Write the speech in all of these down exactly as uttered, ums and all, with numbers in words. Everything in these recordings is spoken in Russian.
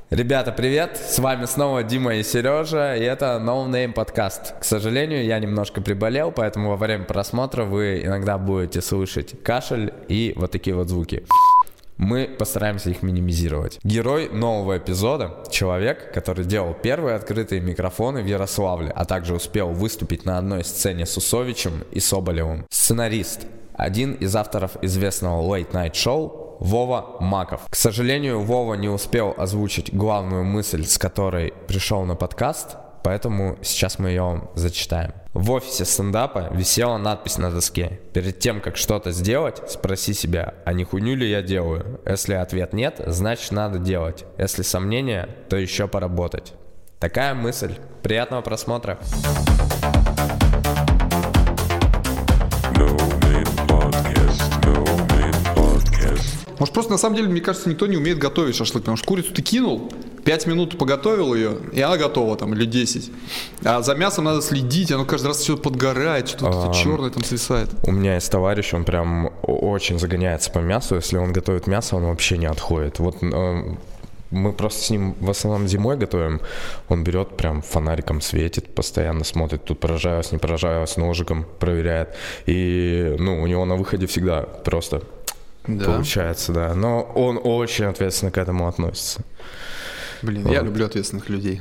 Ребята, привет! С вами снова Дима и Сережа, и это No Name подкаст. К сожалению, я немножко приболел, поэтому во время просмотра вы иногда будете слышать кашель и вот такие вот звуки. Мы постараемся их минимизировать. Герой нового эпизода — человек, который делал первые открытые микрофоны в Ярославле, а также успел выступить на одной сцене с Усовичем и Соболевым. Сценарист, один из авторов известного Late Night Show — Вова Маков. К сожалению, Вова не успел озвучить главную мысль, с которой пришел на подкаст, поэтому сейчас мы ее вам зачитаем. В офисе стендапа висела надпись на доске: перед тем, как что-то сделать, спроси себя, а не хуйню ли я делаю? Если ответ нет, значит надо делать. Если сомнения, то еще поработать. Такая мысль. Приятного просмотра. Может, просто на самом деле, мне кажется, никто не умеет готовить шашлык, потому что курицу ты кинул, пять минут поготовил ее, и она готова, там, или десять. А за мясом надо следить, оно каждый раз что-то подгорает, что-то а, черное там свисает. У меня есть товарищ, он прям очень загоняется по мясу, если он готовит мясо, он вообще не отходит. Вот э, мы просто с ним в основном зимой готовим, он берет, прям фонариком светит, постоянно смотрит, тут поражаюсь, не поражаюсь, ножиком проверяет. И, ну, у него на выходе всегда просто... Да. Получается, да. Но он очень ответственно к этому относится. Блин, вот. Я люблю ответственных людей.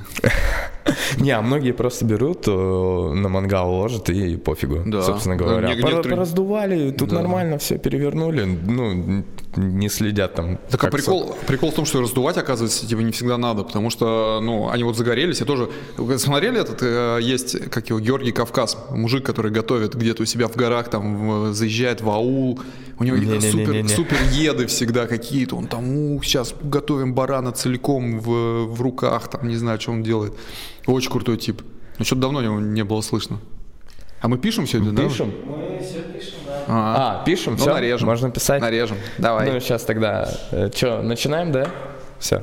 Не, а многие просто берут, на мангал ложат и пофигу, да. Собственно говоря. Да, некоторые... Пораздували, тут да. Нормально все перевернули, ну, не следят там. Так а прикол, прикол в том, что раздувать, оказывается, типа не всегда надо, потому что, ну, они вот загорелись, я тоже... Вы смотрели этот, есть, как его, Георгий Кавказ, мужик, который готовит где-то у себя в горах, там, заезжает в аул, у него не, супер, не, не, не. супер еды всегда какие-то, он там, ух, сейчас готовим барана целиком в, в руках, там, не знаю, что он делает. Очень крутой тип. Ну, что-то давно его не было слышно. А мы пишем сегодня, да? Пишем. Мы все пишем, да. А, а пишем, ну, все, нарежем. Можно писать. Нарежем, давай. Ну, сейчас тогда, э, что, начинаем, да? Все.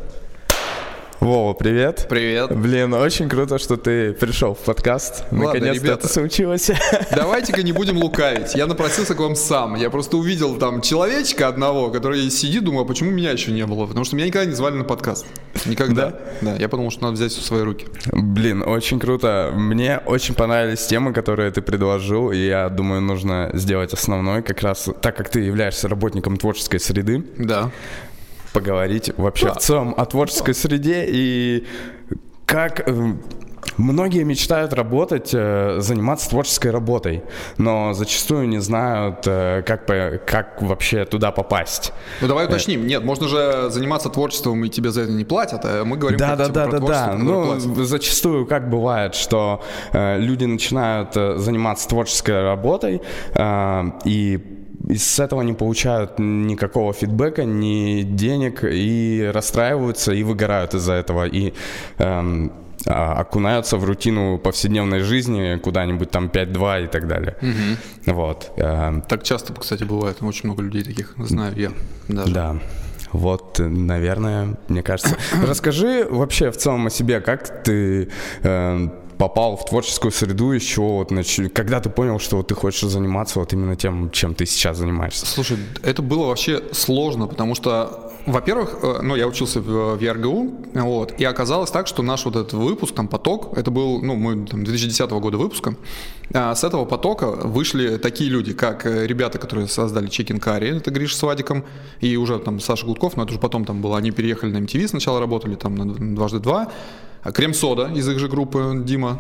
Вова, привет. Привет. Блин, очень круто, что ты пришел в подкаст. Наконец-то это случилось. Давайте-ка не будем лукавить. Я напросился к вам сам. Я просто увидел там человечка одного, который сидит, думаю, а почему меня еще не было? Потому что меня никогда не звали на подкаст. Никогда. Да? Да, я подумал, что надо взять все в свои руки. Блин, очень круто. Мне очень понравились темы, которые ты предложил, и я думаю, нужно сделать основной, как раз так как ты являешься работником творческой среды. Да. Поговорить вообще да. в целом о творческой среде и как э, многие мечтают работать, э, заниматься творческой работой, но зачастую не знают, э, как, по, как вообще туда попасть. Ну давай уточним. Нет, можно же заниматься творчеством и тебе за это не платят, а мы говорим да, как, да, типа, да, про да, творчество, да. Ну, платят. Зачастую как бывает, что э, люди начинают э, заниматься творческой работой э, и И с этого не получают никакого фидбэка, ни денег, и расстраиваются, и выгорают из-за этого, и эм, окунаются в рутину повседневной жизни, куда-нибудь там пять-два и так далее. Угу. Вот. Эм. Так часто, кстати, бывает, очень много людей таких, знаю я даже. Да. Вот, наверное, мне кажется. Расскажи вообще в целом о себе, как ты... Э, попал в творческую среду, из чего вот, значит, когда ты понял, что вот ты хочешь заниматься вот именно тем, чем ты сейчас занимаешься? Слушай, это было вообще сложно, потому что, во-первых, ну, я учился в, в ЯРГУ, вот, и оказалось так, что наш вот этот выпуск, там, поток, это был, ну, мы там, две тысячи десятого года выпуска, а с этого потока вышли такие люди, как ребята, которые создали Chicken Curry, это Гриша с Вадиком, и уже там Саша Гудков, но это уже потом там было, они переехали на эм ти ви, сначала работали там на дважды два, Крем-сода из их же группы, Дима.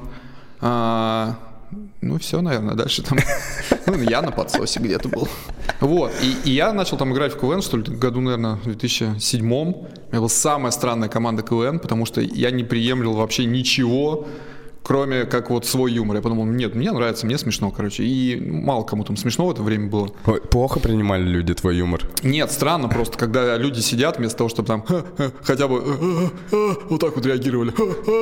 А, ну, все, наверное, дальше там... Ну, я на подсосе где-то был. Вот, и, и я начал там играть в КВН, что ли, в году, наверное, в две тысячи седьмом. У меня была самая странная команда КВН, потому что я не приемлил вообще ничего, кроме как вот свой юмор. Я подумал, нет, мне нравится, мне смешно, короче. И мало кому там смешно в это время было. Ой, плохо принимали люди твой юмор? Нет, странно просто, когда люди сидят, вместо того, чтобы там хотя бы вот так вот реагировали.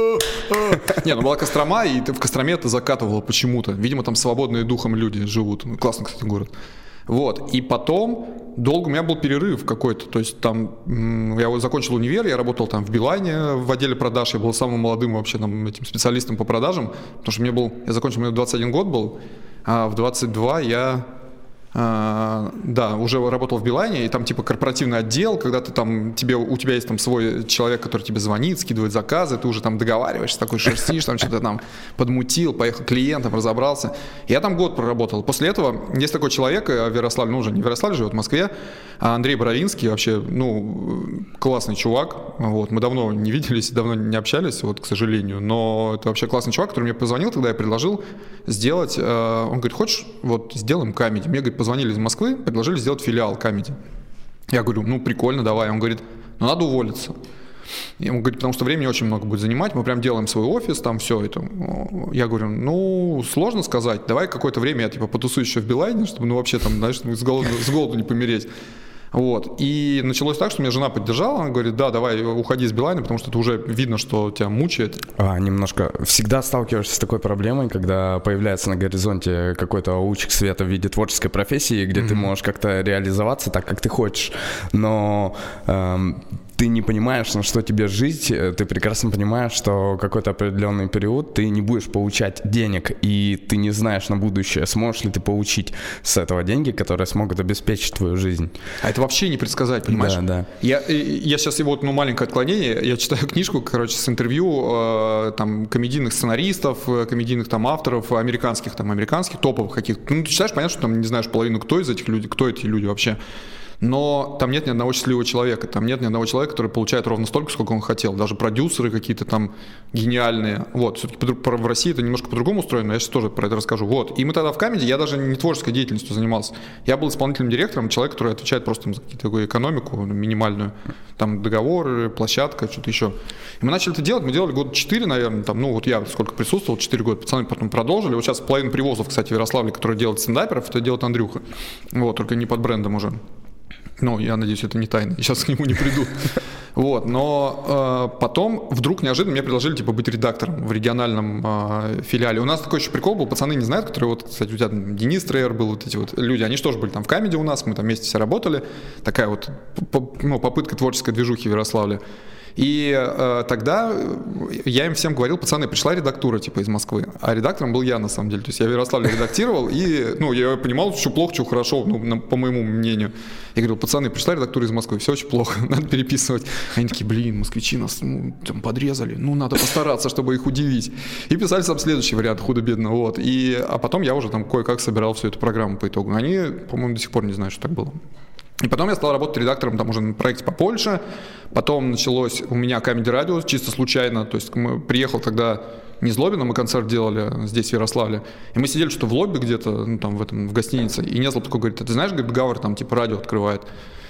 Не, ну была Кострома, и в Костроме это закатывало почему-то. Видимо, там свободные духом люди живут. Классный, кстати, город. Вот, и потом долго у меня был перерыв какой-то, то есть там я закончил универ, я работал там в Билайне в отделе продаж, я был самым молодым вообще там этим специалистом по продажам, потому что мне был, я закончил, мне двадцать один год был, а в двадцать два я Uh, да, уже работал в Билайне, и там типа корпоративный отдел, когда ты там, тебе, у тебя есть там свой человек, который тебе звонит, скидывает заказы, ты уже там договариваешься, такой шерстишь, там что-то там подмутил, поехал к клиентам, разобрался. Я там год проработал. После этого есть такой человек в Ярославле, ну уже не в Ярославле, живет в Москве, Андрей Боровинский, вообще, ну, классный чувак, вот, мы давно не виделись, давно не общались, вот, к сожалению, но это вообще классный чувак, который мне позвонил, тогда я предложил сделать, uh, он говорит, хочешь, вот, сделаем камеди, мне, говорит, позвонили из Москвы, предложили сделать филиал Камеди. Я говорю, ну прикольно, давай. Он говорит, ну надо уволиться. И он говорит, потому что времени очень много будет занимать, мы прям делаем свой офис, там все это. Я говорю, ну сложно сказать, давай какое-то время я типа потусую еще в Билайне, чтобы ну вообще там, знаешь, с голоду, с голоду не помереть. Вот. И началось так, что меня жена поддержала, она говорит, да, давай, уходи из Билайна, потому что это уже видно, что тебя мучает. А, немножко. Всегда сталкиваешься с такой проблемой, когда появляется на горизонте какой-то лучик света в виде творческой профессии, где mm-hmm. ты можешь как-то реализоваться так, как ты хочешь, но эм, ты не понимаешь, на что тебе жить, ты прекрасно понимаешь, что какой-то определенный период ты не будешь получать денег, и ты не знаешь на будущее, сможешь ли ты получить с этого деньги, которые смогут обеспечить твою жизнь. А это вообще не предсказать, понимаешь? Да, да. Я, я сейчас его, ну, маленькое отклонение, я читаю книжку, короче, с интервью э, там комедийных сценаристов, комедийных там авторов, американских, там, американских, топовых каких-то. Ну, ты читаешь, понятно, что там не знаешь половину, кто из этих людей, кто эти люди вообще. Но там нет ни одного счастливого человека, там нет ни одного человека, который получает ровно столько, сколько он хотел. Даже продюсеры какие-то там гениальные. Вот, все-таки в России это немножко по-другому устроено, я сейчас тоже про это расскажу. Вот, и мы тогда в Камеди, я даже не творческой деятельностью занимался. Я был исполнительным директором, человек, который отвечает просто там, за какую-то экономику минимальную. Там договоры, площадка, что-то еще. И мы начали это делать, мы делали года четыре, наверное, там, ну вот я сколько присутствовал, четыре года, пацаны потом продолжили. Вот сейчас половина привозов, кстати, в Ярославле, которые делают стендаперов, это делает Андрюха. Вот, только не под брендом уже. Ну, я надеюсь, это не тайна, сейчас к нему не придут. Вот, но э, потом вдруг неожиданно мне предложили типа быть редактором в региональном э, филиале. У нас такой еще прикол был, пацаны не знают, которые вот, кстати, у тебя там Денис Трейер был, вот эти вот люди, они же тоже были там в Камеди у нас, мы там вместе все работали. Такая вот ну, попытка творческой движухи в Ярославле. И э, тогда я им всем говорил, пацаны, пришла редактура типа из Москвы, а редактором был я на самом деле, то есть я в Ярославле редактировал, и ну, я понимал, что плохо, что хорошо, ну, на, по моему мнению. Я говорил, пацаны, пришла редактура из Москвы, все очень плохо, надо переписывать. Они такие, блин, москвичи нас ну, там подрезали, ну надо постараться, чтобы их удивить. И писали сам следующий вариант, худо-бедно, вот. И, а потом я уже там кое-как собирал всю эту программу по итогу. Они, по-моему, до сих пор не знают, что так было. И потом я стал работать редактором там уже на проекте по Польше. Потом началось у меня Comedy Radio чисто случайно. То есть мы приехал тогда не Злобина, мы концерт делали здесь, в Ярославле. И мы сидели что-то в лобби где-то, ну там в этом, в гостинице. И Незлоб такой говорит, ты знаешь, говорит, Гавр там типа радио открывает.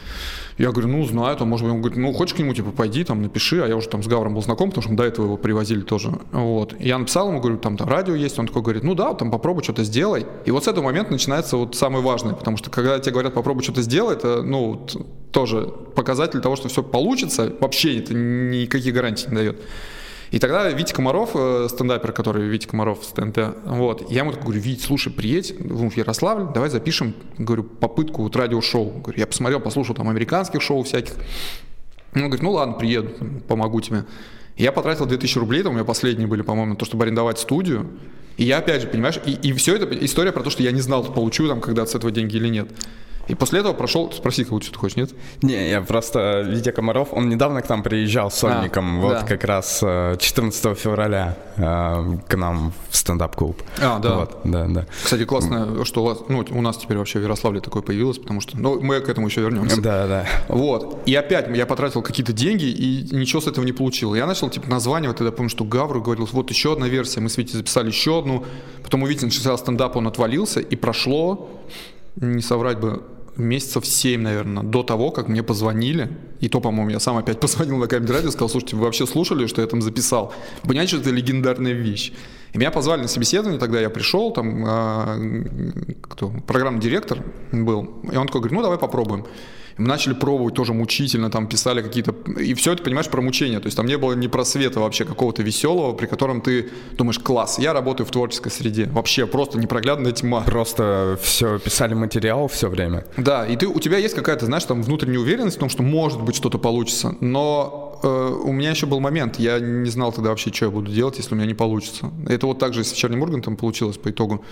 Я говорю, ну, знаю, там, может быть, он говорит, ну, хочешь к нему, типа, пойди, там, напиши, а я уже там с Гавром был знаком, потому что мы до этого его привозили тоже, вот. И я написал ему, говорю, там, там радио есть, он такой говорит, ну, да, там, попробуй что-то сделай. И вот с этого момента начинается вот самое важное, потому что, когда тебе говорят, попробуй что-то сделай, это, ну, тоже показатель того, что все получится, вообще это никаких гарантий не дает. И тогда Витя Комаров, стендапер, который Витя Комаров в ТНТ, вот, я ему такой говорю, Вить, слушай, приедь в Ярославль, давай запишем, говорю, попытку вот радиошоу. Говорю, я посмотрел, послушал там американских шоу всяких. Он говорит, ну ладно, приеду, помогу тебе. И я потратил две тысячи рублей, там у меня последние были, по-моему, на то, чтобы арендовать студию. И я опять же, понимаешь, и, и все это история про то, что я не знал, получу там когда-то с этого деньги или нет. И после этого прошел, спроси, кого что ты хочешь, нет? Не, я просто, Витя Комаров, он недавно к нам приезжал с сольником, а, вот да. Как раз четырнадцатого февраля к нам в стендап-клуб. А, да. Вот, да, да. Кстати, классно, что у, вас, ну, у нас теперь вообще в Ярославле такое появилось, потому что, ну, мы к этому еще вернемся. Да, да. Вот, и опять я потратил какие-то деньги и ничего с этого не получил. Я начал, типа, названивать, тогда помню, что Гавру говорил, вот еще одна версия, мы с Витей записали еще одну, потом у Вити начался стендап, он отвалился, и прошло, не соврать бы, месяцев семь, наверное, до того, как мне позвонили. И то, по-моему, я сам опять позвонил на Comedy Radio и сказал, слушайте, вы вообще слушали, что я там записал? Понимаете, что это легендарная вещь. И меня позвали на собеседование, тогда я пришел, там а, кто, программный директор был, и он такой говорит, ну давай попробуем. Мы начали пробовать, тоже мучительно, там писали какие-то... И все это, понимаешь, про мучение. То есть там не было ни просвета вообще какого-то веселого, при котором ты думаешь, класс, я работаю в творческой среде. Вообще просто непроглядная тьма. Просто все писали материал все время. Да, и ты, у тебя есть какая-то, знаешь, там внутренняя уверенность в том, что может быть что-то получится. Но э, у меня еще был момент, я не знал тогда вообще, что я буду делать, если у меня не получится. Это вот так же с «Вечерним Ургантом» получилось по итогу.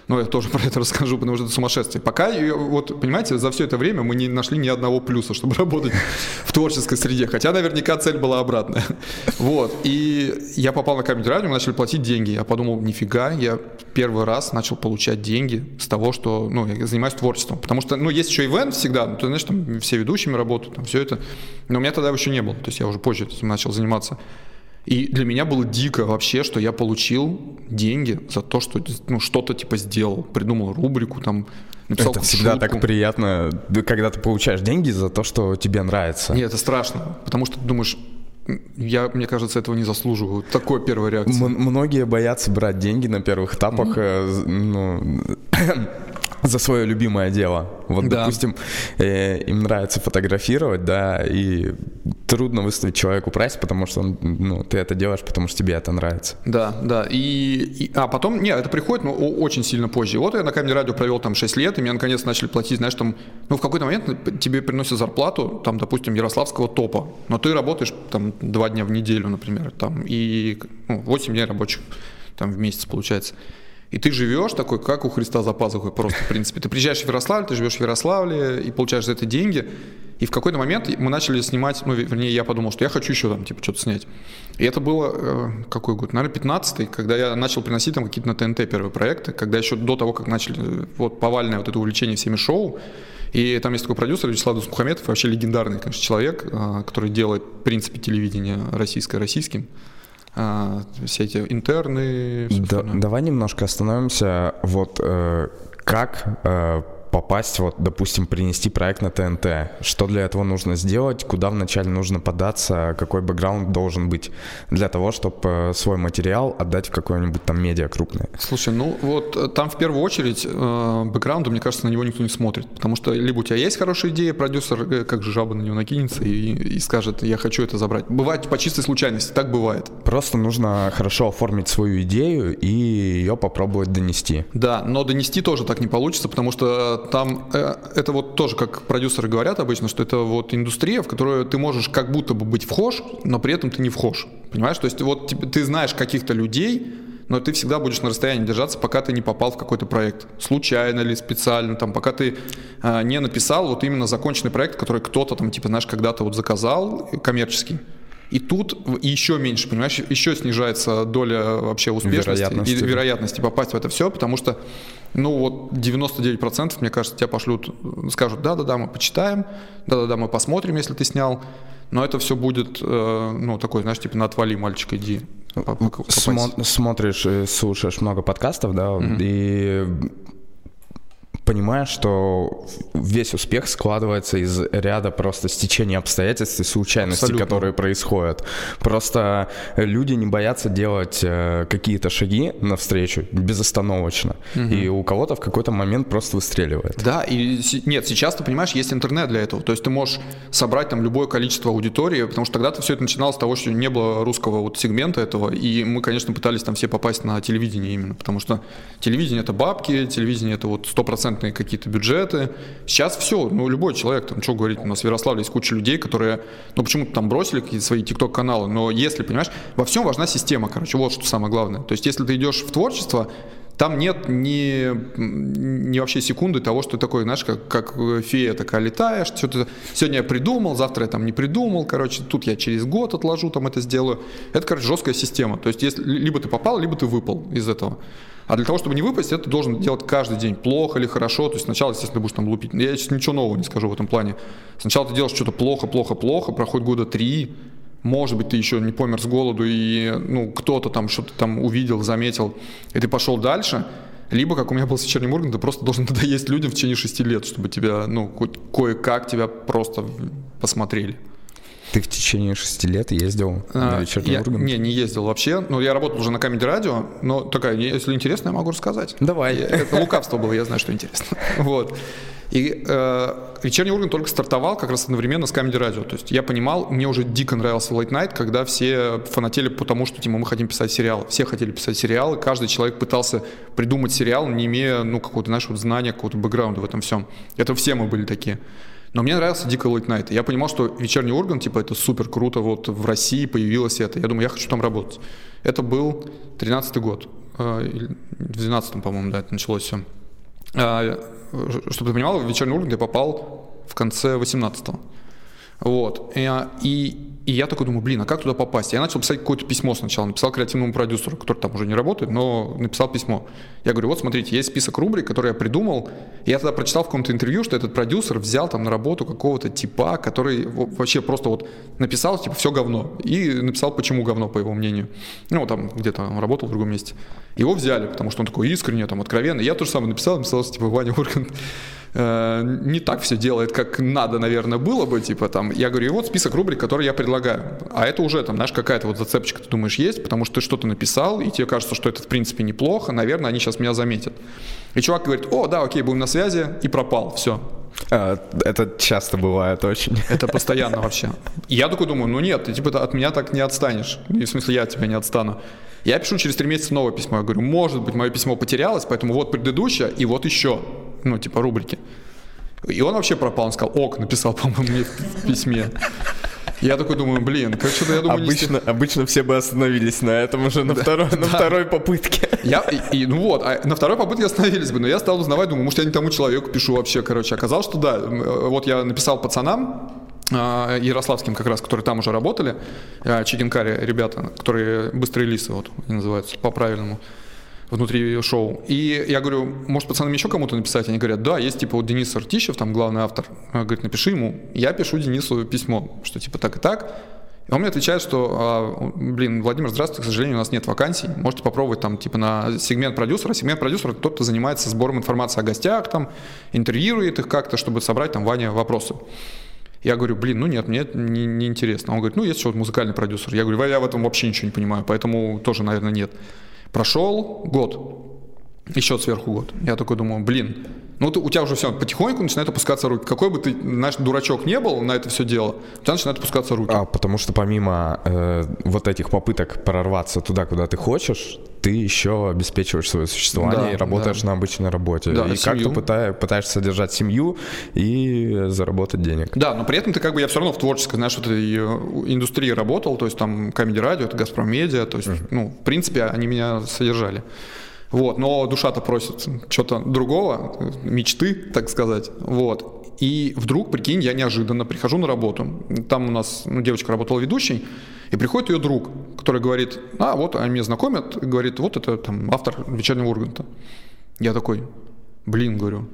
Но я тоже про это расскажу, потому что это сумасшествие. Пока, вот, понимаете, за все это время мы не нашли ни одного плюса, чтобы работать в творческой среде. Хотя наверняка цель была обратная. Вот. И я попал на Comedy Radio, мы начали платить деньги. Я подумал, нифига, я первый раз начал получать деньги с того, что, ну, я занимаюсь творчеством. Потому что, ну, есть еще ивент всегда, ну, ты знаешь, там все ведущими работают, там все это. Но у меня тогда еще не было. То есть я уже позже этим начал заниматься. И для меня было дико вообще, что я получил деньги за то, что, ну, что-то типа сделал, придумал рубрику, там, написал Это всегда шутку. так приятно, когда ты получаешь деньги за то, что тебе нравится. Нет, это страшно, потому что ты думаешь, я, мне кажется, этого не заслуживаю. Такой первая реакция. М- многие боятся брать деньги на первых этапах, mm-hmm. э, ну, за свое любимое дело. Вот, да. допустим, э, им нравится фотографировать, да, и трудно выставить человеку прайс, потому что он, ну, ты это делаешь, потому что тебе это нравится. Да, да. И, и, а потом, нет, это приходит, но очень сильно позже. И вот я на Comedy Radio провел там шесть лет, и мне наконец начали платить, знаешь, там, ну, в какой-то момент тебе приносят зарплату, там, допустим, ярославского топа, но ты работаешь там два дня в неделю, например, там, и ну, восемь дней рабочих там в месяц получается. И ты живешь такой, как у Христа за пазухой просто, в принципе. Ты приезжаешь в Ярославль, ты живешь в Ярославле и получаешь за это деньги. И в какой-то момент мы начали снимать, ну, вернее, я подумал, что я хочу еще там, типа, что-то снять. И это было, э, какой год? Наверное, пятнадцатый, когда я начал приносить там какие-то на ТНТ первые проекты, когда еще до того, как начали, вот, повальное вот это увлечение всеми шоу. И там есть такой продюсер Вячеслав Дусмухаметов, вообще легендарный, конечно, человек, э, который делает, в принципе, телевидение российское российским. А, все эти интерны. Да, давай немножко остановимся. Вот э, как э, попасть, вот, допустим, принести проект на ТНТ? Что для этого нужно сделать? Куда вначале нужно податься? Какой бэкграунд должен быть для того, чтобы свой материал отдать в какое-нибудь там медиа крупное? Слушай, ну вот там в первую очередь э, бэкграунду, мне кажется, на него никто не смотрит. Потому что либо у тебя есть хорошая идея, продюсер, как же жаба на него накинется и, и скажет, я хочу это забрать. Бывает по чистой случайности, так бывает. Просто нужно хорошо оформить свою идею и ее попробовать донести. Да, но донести тоже так не получится, потому что там э, это вот тоже, как продюсеры говорят обычно, что это вот индустрия, в которую ты можешь как будто бы быть вхож, но при этом ты не вхож. Понимаешь? То есть вот ты, ты знаешь каких-то людей, но ты всегда будешь на расстоянии держаться, пока ты не попал в какой-то проект. Случайно или специально, там, пока ты э, не написал вот именно законченный проект, который кто-то там, типа, знаешь, когда-то вот заказал, коммерческий. И тут еще меньше, понимаешь, еще снижается доля вообще успешности вероятности. и вероятности попасть в это все, потому что, ну вот девяносто девять процентов, мне кажется, тебя пошлют, скажут, да-да-да, мы почитаем, да-да-да, мы посмотрим, если ты снял, но это все будет, э, ну, такой, знаешь, типа, на отвали, мальчик, иди. Смо- смотришь, слушаешь много подкастов, да, mm-hmm. и понимаешь, что весь успех складывается из ряда просто стечения обстоятельств и случайностей, Абсолютно. которые происходят. Просто люди не боятся делать э, какие-то шаги навстречу безостановочно. Угу. И у кого-то в какой-то момент просто выстреливает. Да, и нет, сейчас, ты понимаешь, есть интернет для этого. То есть ты можешь собрать там любое количество аудитории, потому что когда-то все это начиналось с того, что не было русского вот сегмента этого, и мы, конечно, пытались там все попасть на телевидение именно, потому что телевидение — это бабки, телевидение — это вот сто процентов какие-то бюджеты. Сейчас все, ну, любой человек, там, что говорить, у нас в Ярославле есть куча людей, которые, ну, почему-то там бросили какие-то свои тикток-каналы, но если, понимаешь, во всем важна система, короче, вот что самое главное. То есть, если ты идешь в творчество, там нет ни, ни вообще секунды того, что ты такой, знаешь, как, как фея такая летаешь, что-то сегодня я придумал, завтра я там не придумал, короче, тут я через год отложу, там это сделаю. Это, короче, жесткая система. То есть, если, либо ты попал, либо ты выпал из этого. А для того, чтобы не выпасть, это ты должен делать каждый день, плохо или хорошо. То есть сначала, естественно, будешь там лупить. Я сейчас ничего нового не скажу в этом плане. Сначала ты делаешь что-то плохо, плохо, плохо, проходит года три, может быть, ты еще не помер с голоду, и ну, кто-то там что-то там увидел, заметил, и ты пошел дальше. Либо, как у меня был с вечерним Ургантом, ты просто должен надоесть людям в течение шести лет, чтобы тебя, ну, хоть кое-как тебя просто посмотрели. Ты в течение шести лет ездил а, на вечерний Ургант? Не, не ездил вообще. Ну, я работал уже на Comedy Radio, но такая, если интересно, я могу рассказать. Давай. Это лукавство было, я знаю, что интересно. Вот. И э, вечерний Ургант только стартовал как раз одновременно с Comedy Radio. То есть я понимал, мне уже дико нравился Late Night, когда все фанатели потому, что типа, мы хотим писать сериалы. Все хотели писать сериалы, каждый человек пытался придумать сериал, не имея, ну, какого-то, знаешь, вот знания, какого-то бэкграунда в этом всем. Это все мы были такие. Но мне нравился дико Late Night. Я понимал, что вечерний Ургант, типа, это супер круто, вот в России появилось это. Я думаю, я хочу там работать. Это был тринадцатый год. в двенадцатом, по-моему, да, это началось все. Чтобы ты понимал, в «Вечерний Ургант» я попал в конце восемнадцатого. Вот. И, и, и я такой думаю, блин, а как туда попасть? Я начал писать какое-то письмо сначала, написал креативному продюсеру, который там уже не работает, но написал письмо. Я говорю, вот смотрите, есть список рубрик, которые я придумал. И я тогда прочитал в каком-то интервью, что этот продюсер взял там на работу какого-то типа, который вообще просто вот написал, типа, все говно. И написал, почему говно, по его мнению. Ну, там где-то он работал в другом месте. Его взяли, потому что он такой искренне, там, откровенный. Я то же самое написал, написал, типа, Ваня Ургант не так все делает, как надо, наверное, было бы, типа там, я говорю, и вот список рубрик, которые я предлагаю, а это уже там, знаешь, какая-то вот зацепочка, ты думаешь, есть, потому что ты что-то написал, и тебе кажется, что это в принципе неплохо, наверное, они сейчас меня заметят. И чувак говорит, о, да, окей, будем на связи, и пропал, все. А, это часто бывает очень. Это постоянно вообще. И я такой думаю, ну нет, ты типа от меня так не отстанешь, в смысле, я от тебя не отстану. Я пишу через три месяца новое письмо, я говорю, может быть, мое письмо потерялось, поэтому вот предыдущее, и вот еще. Ну, типа рубрики. И он вообще пропал, он сказал, ок, написал, по-моему, мне в письме. Я такой думаю, блин, как что-то я думаю... Обычно, не... обычно все бы остановились на этом уже на, да, второй, на да. второй попытке. Я, и, и, ну вот, а на второй попытке остановились бы, но я стал узнавать, думаю, может, я не тому человеку пишу вообще, короче. Оказалось, что да, вот я написал пацанам, ярославским как раз, которые там уже работали, чикенкари ребята, которые быстрые лисы, вот они называются по-правильному, внутри шоу. И я говорю, может, пацанам еще кому-то написать? Они говорят, да, есть типа вот Денис Артищев, там главный автор. Он говорит, напиши ему. Я пишу Денису письмо, что типа так и так. И он мне отвечает, что, блин, Владимир, здравствуйте, к сожалению, у нас нет вакансий. Можете попробовать там типа на сегмент продюсера. Сегмент продюсера — тот, кто занимается сбором информации о гостях, там, интервьюирует их как-то, чтобы собрать там Ване вопросы. Я говорю, блин, ну нет, мне это не, не интересно. Он говорит, ну есть еще вот музыкальный продюсер. Я говорю, я в этом вообще ничего не понимаю, поэтому тоже, наверное, нет. Прошел год, еще сверху год. Я такой думаю, блин, ну ты, у тебя уже все, потихоньку начинают опускаться руки. Какой бы ты, наш дурачок не был на это все дело, у тебя начинают опускаться руки. А, потому что помимо э, вот этих попыток прорваться туда, куда ты хочешь, ты еще обеспечиваешь свое существование, да, и работаешь, да, на обычной работе. Да, и как-то пытаешь, пытаешься содержать семью и заработать денег. Да, но при этом ты как бы, я все равно в творческой, знаешь, вот этой индустрии работал, то есть там Comedy Radio, это Газпром Медиа, то есть, uh-huh. ну, в принципе, они меня содержали. Вот, но душа-то просит что-то другого, мечты, так сказать, вот. И вдруг, прикинь, я неожиданно прихожу на работу. Там у нас, ну, девочка работала ведущей, и приходит ее друг, который говорит, а, вот, они меня знакомят, и говорит, вот это там автор «Вечернего Урганта». Я такой, блин, говорю,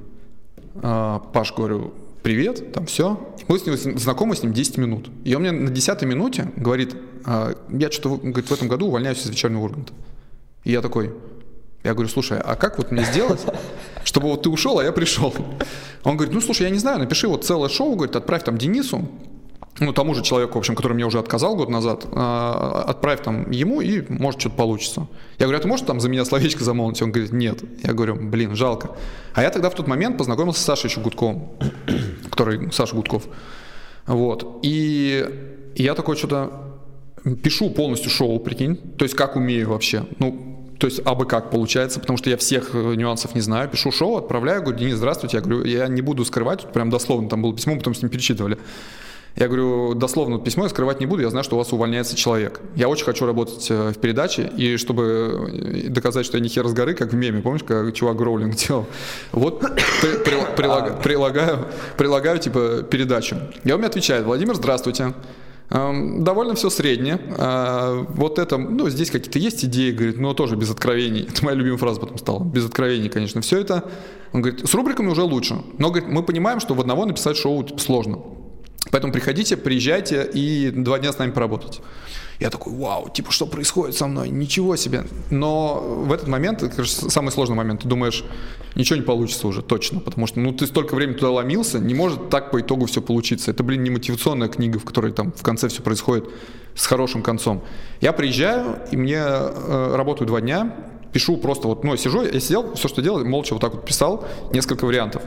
а, Паш, говорю, привет, там все. Мы с ним знакомы с ним десять минут. И он мне на десятой минуте говорит, а, я что-то, говорит, в этом году увольняюсь из «Вечернего Урганта». И я такой... Я говорю, слушай, а как вот мне сделать, чтобы вот ты ушел, а я пришел? Он говорит, ну, слушай, я не знаю, напиши вот целое шоу, говорит, отправь там Денису, ну, тому же человеку, в общем, который мне уже отказал год назад, э, отправь там ему, и может что-то получится. Я говорю, а ты можешь там за меня словечко замолвить? Он говорит, нет. Я говорю, блин, жалко. А я тогда в тот момент познакомился с Сашей еще Гудковым, который, Саша Гудков. Вот. И я такой что-то пишу полностью шоу, прикинь, то есть как умею вообще, ну, то есть абы как получается, потому что я всех нюансов не знаю. Пишу шоу, отправляю, говорю, Денис, здравствуйте. Я говорю, я не буду скрывать, тут прям дословно там было письмо, потом с ним перечитывали. Я говорю, дословно письмо я скрывать не буду, я знаю, что у вас увольняется человек. Я очень хочу работать в передаче, и чтобы доказать, что я не хер с горы, как в меме, помнишь, как чувак Гроулинг делал? Вот прилагаю, прилагаю, прилагаю типа передачу. И он мне отвечает, Владимир, здравствуйте. Довольно все среднее. Вот это, ну, здесь какие-то есть идеи, говорит, но тоже без откровений. Это моя любимая фраза потом стала. Без откровений, конечно. Все это, он говорит, с рубриками уже лучше. Но, говорит, мы понимаем, что в одного написать шоу сложно. Поэтому приходите, приезжайте и два дня с нами поработайте. Я такой, вау, типа, что происходит со мной? Ничего себе. Но в этот момент, это, конечно, самый сложный момент. Ты думаешь, ничего не получится уже, точно. Потому что, ну, ты столько времени туда ломился, не может так по итогу все получиться. Это, блин, не мотивационная книга, в которой там в конце все происходит с хорошим концом. Я приезжаю, и мне э, работаю два дня, пишу просто вот, ну, сижу, я сидел, все, что делал, молча вот так вот писал несколько вариантов.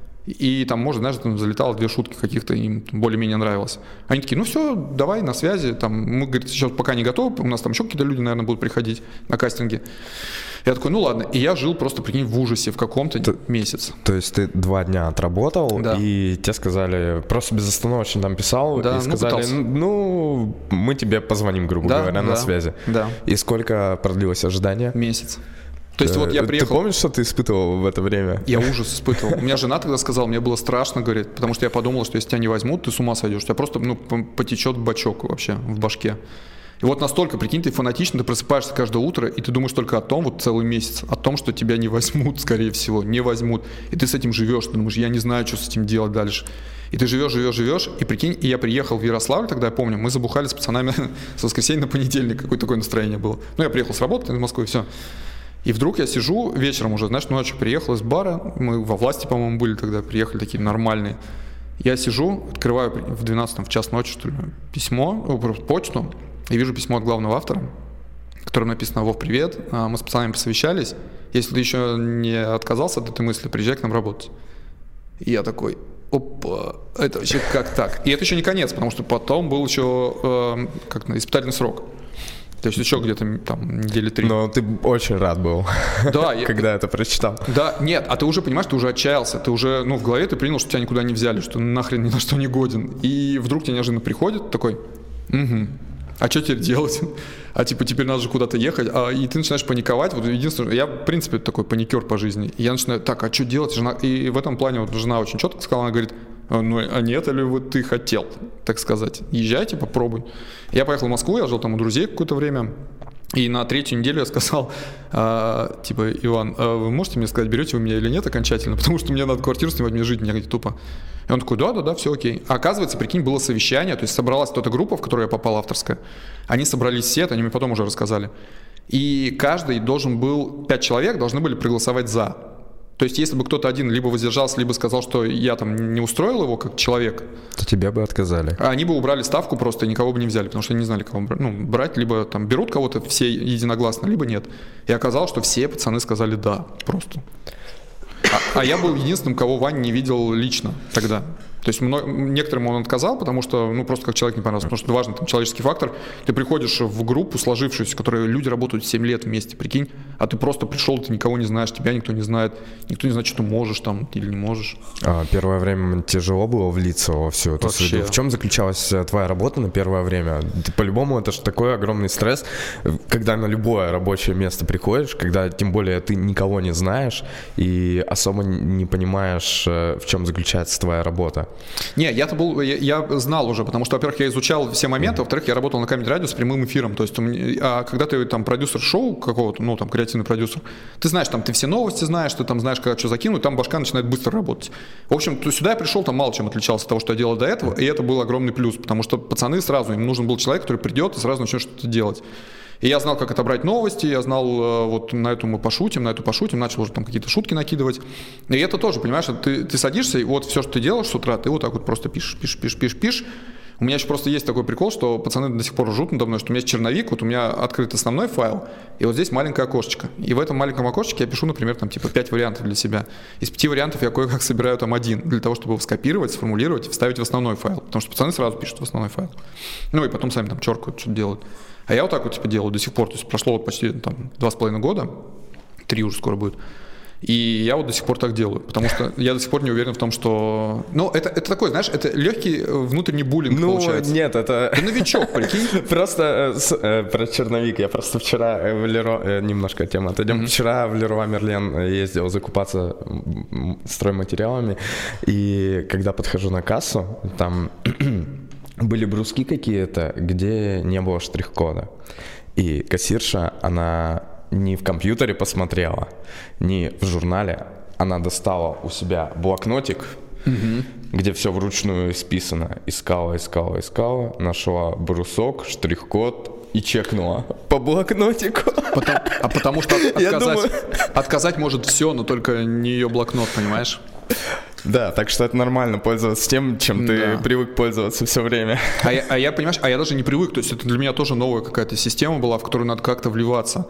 И там, может, знаешь, там залетало две шутки каких-то, им более-менее нравилось. Они такие, ну все, давай на связи. Там, мы, говорит, сейчас пока не готовы, у нас там еще какие-то люди, наверное, будут приходить на кастинги. Я такой, ну ладно. И я жил просто, прикинь, в ужасе в каком-то Т- месяц. То есть ты два дня отработал, да. И тебе сказали, просто безостановочно там писал, да, и сказали, ну, ну, мы тебе позвоним, грубо да, говоря, да, на связи. Да. И сколько продлилось ожидание? Месяц. То есть вот я приехал... Ты помнишь, что ты испытывал в это время? Я ужас испытывал. У меня жена тогда сказала, мне было страшно, говорит, потому что я подумал, что если тебя не возьмут, ты с ума сойдешь. У тебя просто ну, потечет бачок вообще в башке. И вот настолько, прикинь, ты фанатично, ты просыпаешься каждое утро, и ты думаешь только о том, вот целый месяц, о том, что тебя не возьмут, скорее всего, не возьмут. И ты с этим живешь, ты думаешь, я не знаю, что с этим делать дальше. И ты живешь, живешь, живешь, и прикинь, и я приехал в Ярославль, тогда я помню, мы забухали с пацанами с воскресенья на понедельник, какое-то такое настроение было. Ну, я приехал с работы из Москвы, и все. И вдруг я сижу вечером уже, знаешь, ночью приехал из бара, мы во власти, по-моему, были тогда, приехали такие нормальные. Я сижу, открываю в двенадцатом, в час ночи, что ли, письмо, почту, и вижу письмо от главного автора, в котором написано: «Вов, привет, мы с пацанами посовещались, если ты еще не отказался от этой мысли, приезжай к нам работать». И я такой: опа, это вообще как так? И это еще не конец, потому что потом был еще э, как испытательный срок. То есть еще где-то там недели три. Но ты очень рад был, да, когда я, это прочитал. Да, нет, а ты уже понимаешь, ты уже отчаялся, ты уже, ну, в голове ты принял, что тебя никуда не взяли, что нахрен ни на что не годен. И вдруг тебе неожиданно приходит такой: угу, а что теперь делать? А типа теперь надо же куда-то ехать, а, и ты начинаешь паниковать. Вот единственное, я в принципе такой паникер по жизни. И я начинаю: так, а что делать? Жена... И в этом плане вот жена очень четко сказала, она говорит: ну, а не это ли вот ты хотел, так сказать? Езжайте, попробуй. Я поехал в Москву, я жил там у друзей какое-то время. И на третью неделю я сказал, а, типа: Иван, а вы можете мне сказать, берете вы меня или нет окончательно? Потому что мне надо квартиру снимать, мне жить негде тупо. И он такой: да-да-да, все окей. А оказывается, прикинь, было совещание, то есть собралась эта группа, в которую я попал, авторская. Они собрались все, это они мне потом уже рассказали. И каждый должен был, пять человек должны были проголосовать «за». То есть если бы кто-то один либо воздержался, либо сказал, что я там не устроил его как человек, то тебя бы отказали. Они бы убрали ставку просто и никого бы не взяли, потому что они не знали, кого брать. Ну, брать, либо там берут кого-то все единогласно, либо нет. И оказалось, что все пацаны сказали «да» просто. А, а я был единственным, кого Ваня не видел лично тогда. То есть мно, некоторым он отказал, потому что, ну, просто как человек не понравился, потому что важный там человеческий фактор. Ты приходишь в группу сложившуюся, в которой люди работают семь лет вместе, прикинь, а ты просто пришел, ты никого не знаешь, тебя никто не знает, никто не знает, что ты можешь там или не можешь. А, первое время тяжело было влиться во всю эту Вообще. среду. В чем заключалась твоя работа на первое время? Ты, по-любому, это же такой огромный стресс, когда на любое рабочее место приходишь, когда тем более ты никого не знаешь и особо не понимаешь, в чем заключается твоя работа. Не, я-то был, я, я знал уже, потому что, во-первых, я изучал все моменты, во-вторых, я работал на Comedy Radio с прямым эфиром, то есть, у меня, а когда ты там продюсер шоу какого-то, ну, там, креативный продюсер, ты знаешь, там, ты все новости знаешь, ты там знаешь, когда что закинуть, там башка начинает быстро работать. В общем, то сюда я пришел, там мало чем отличался от того, что я делал до этого, и это был огромный плюс, потому что пацаны сразу, им нужен был человек, который придет и сразу начнет что-то делать. И я знал, как отобрать новости, я знал, вот на эту мы пошутим, на эту пошутим, начал уже там какие-то шутки накидывать. И это тоже, понимаешь, ты, ты садишься, и вот все, что ты делаешь с утра, ты вот так вот просто пишешь, пишешь, пишешь, пишешь, пишешь. У меня еще просто есть такой прикол, что пацаны до сих пор ржут надо мной, что у меня есть черновик, вот у меня открыт основной файл, и вот здесь маленькое окошечко. И в этом маленьком окошечке я пишу, например, там типа пять вариантов для себя. Из пяти вариантов я кое-как собираю там один, для того, чтобы его скопировать, сформулировать и вставить в основной файл. Потому что пацаны сразу пишут в основной файл. Ну и потом сами там черкают, что-то делают. А я вот так вот типа делаю до сих пор. То есть прошло вот почти там два с половиной года, три уже скоро будет. И я вот до сих пор так делаю, потому что я до сих пор не уверен в том, что... Ну, это, это такой, знаешь, это легкий внутренний буллинг ну, получается. Ну, нет, это... Ты новичок, прикинь. Просто э, про черновик. Я просто вчера в Леро... Э, немножко тема отойдем. Mm-hmm. Вчера в Леруа Мерлен ездил закупаться стройматериалами, и когда подхожу на кассу, там были бруски какие-то, где не было штрих-кода. И кассирша, она... не в компьютере посмотрела, не в журнале. Она достала у себя блокнотик, угу. где все вручную исписано. Искала, искала, искала, нашла брусок, штрих-код и чекнула по блокнотику. Потому, а потому что от, отказать, отказать может все, но только не ее блокнот, понимаешь? Да, так что это нормально пользоваться тем, чем ты да. привык пользоваться все время. А я, а я, понимаешь, а я даже не привык, то есть это для меня тоже новая какая-то система была, в которую надо как-то вливаться.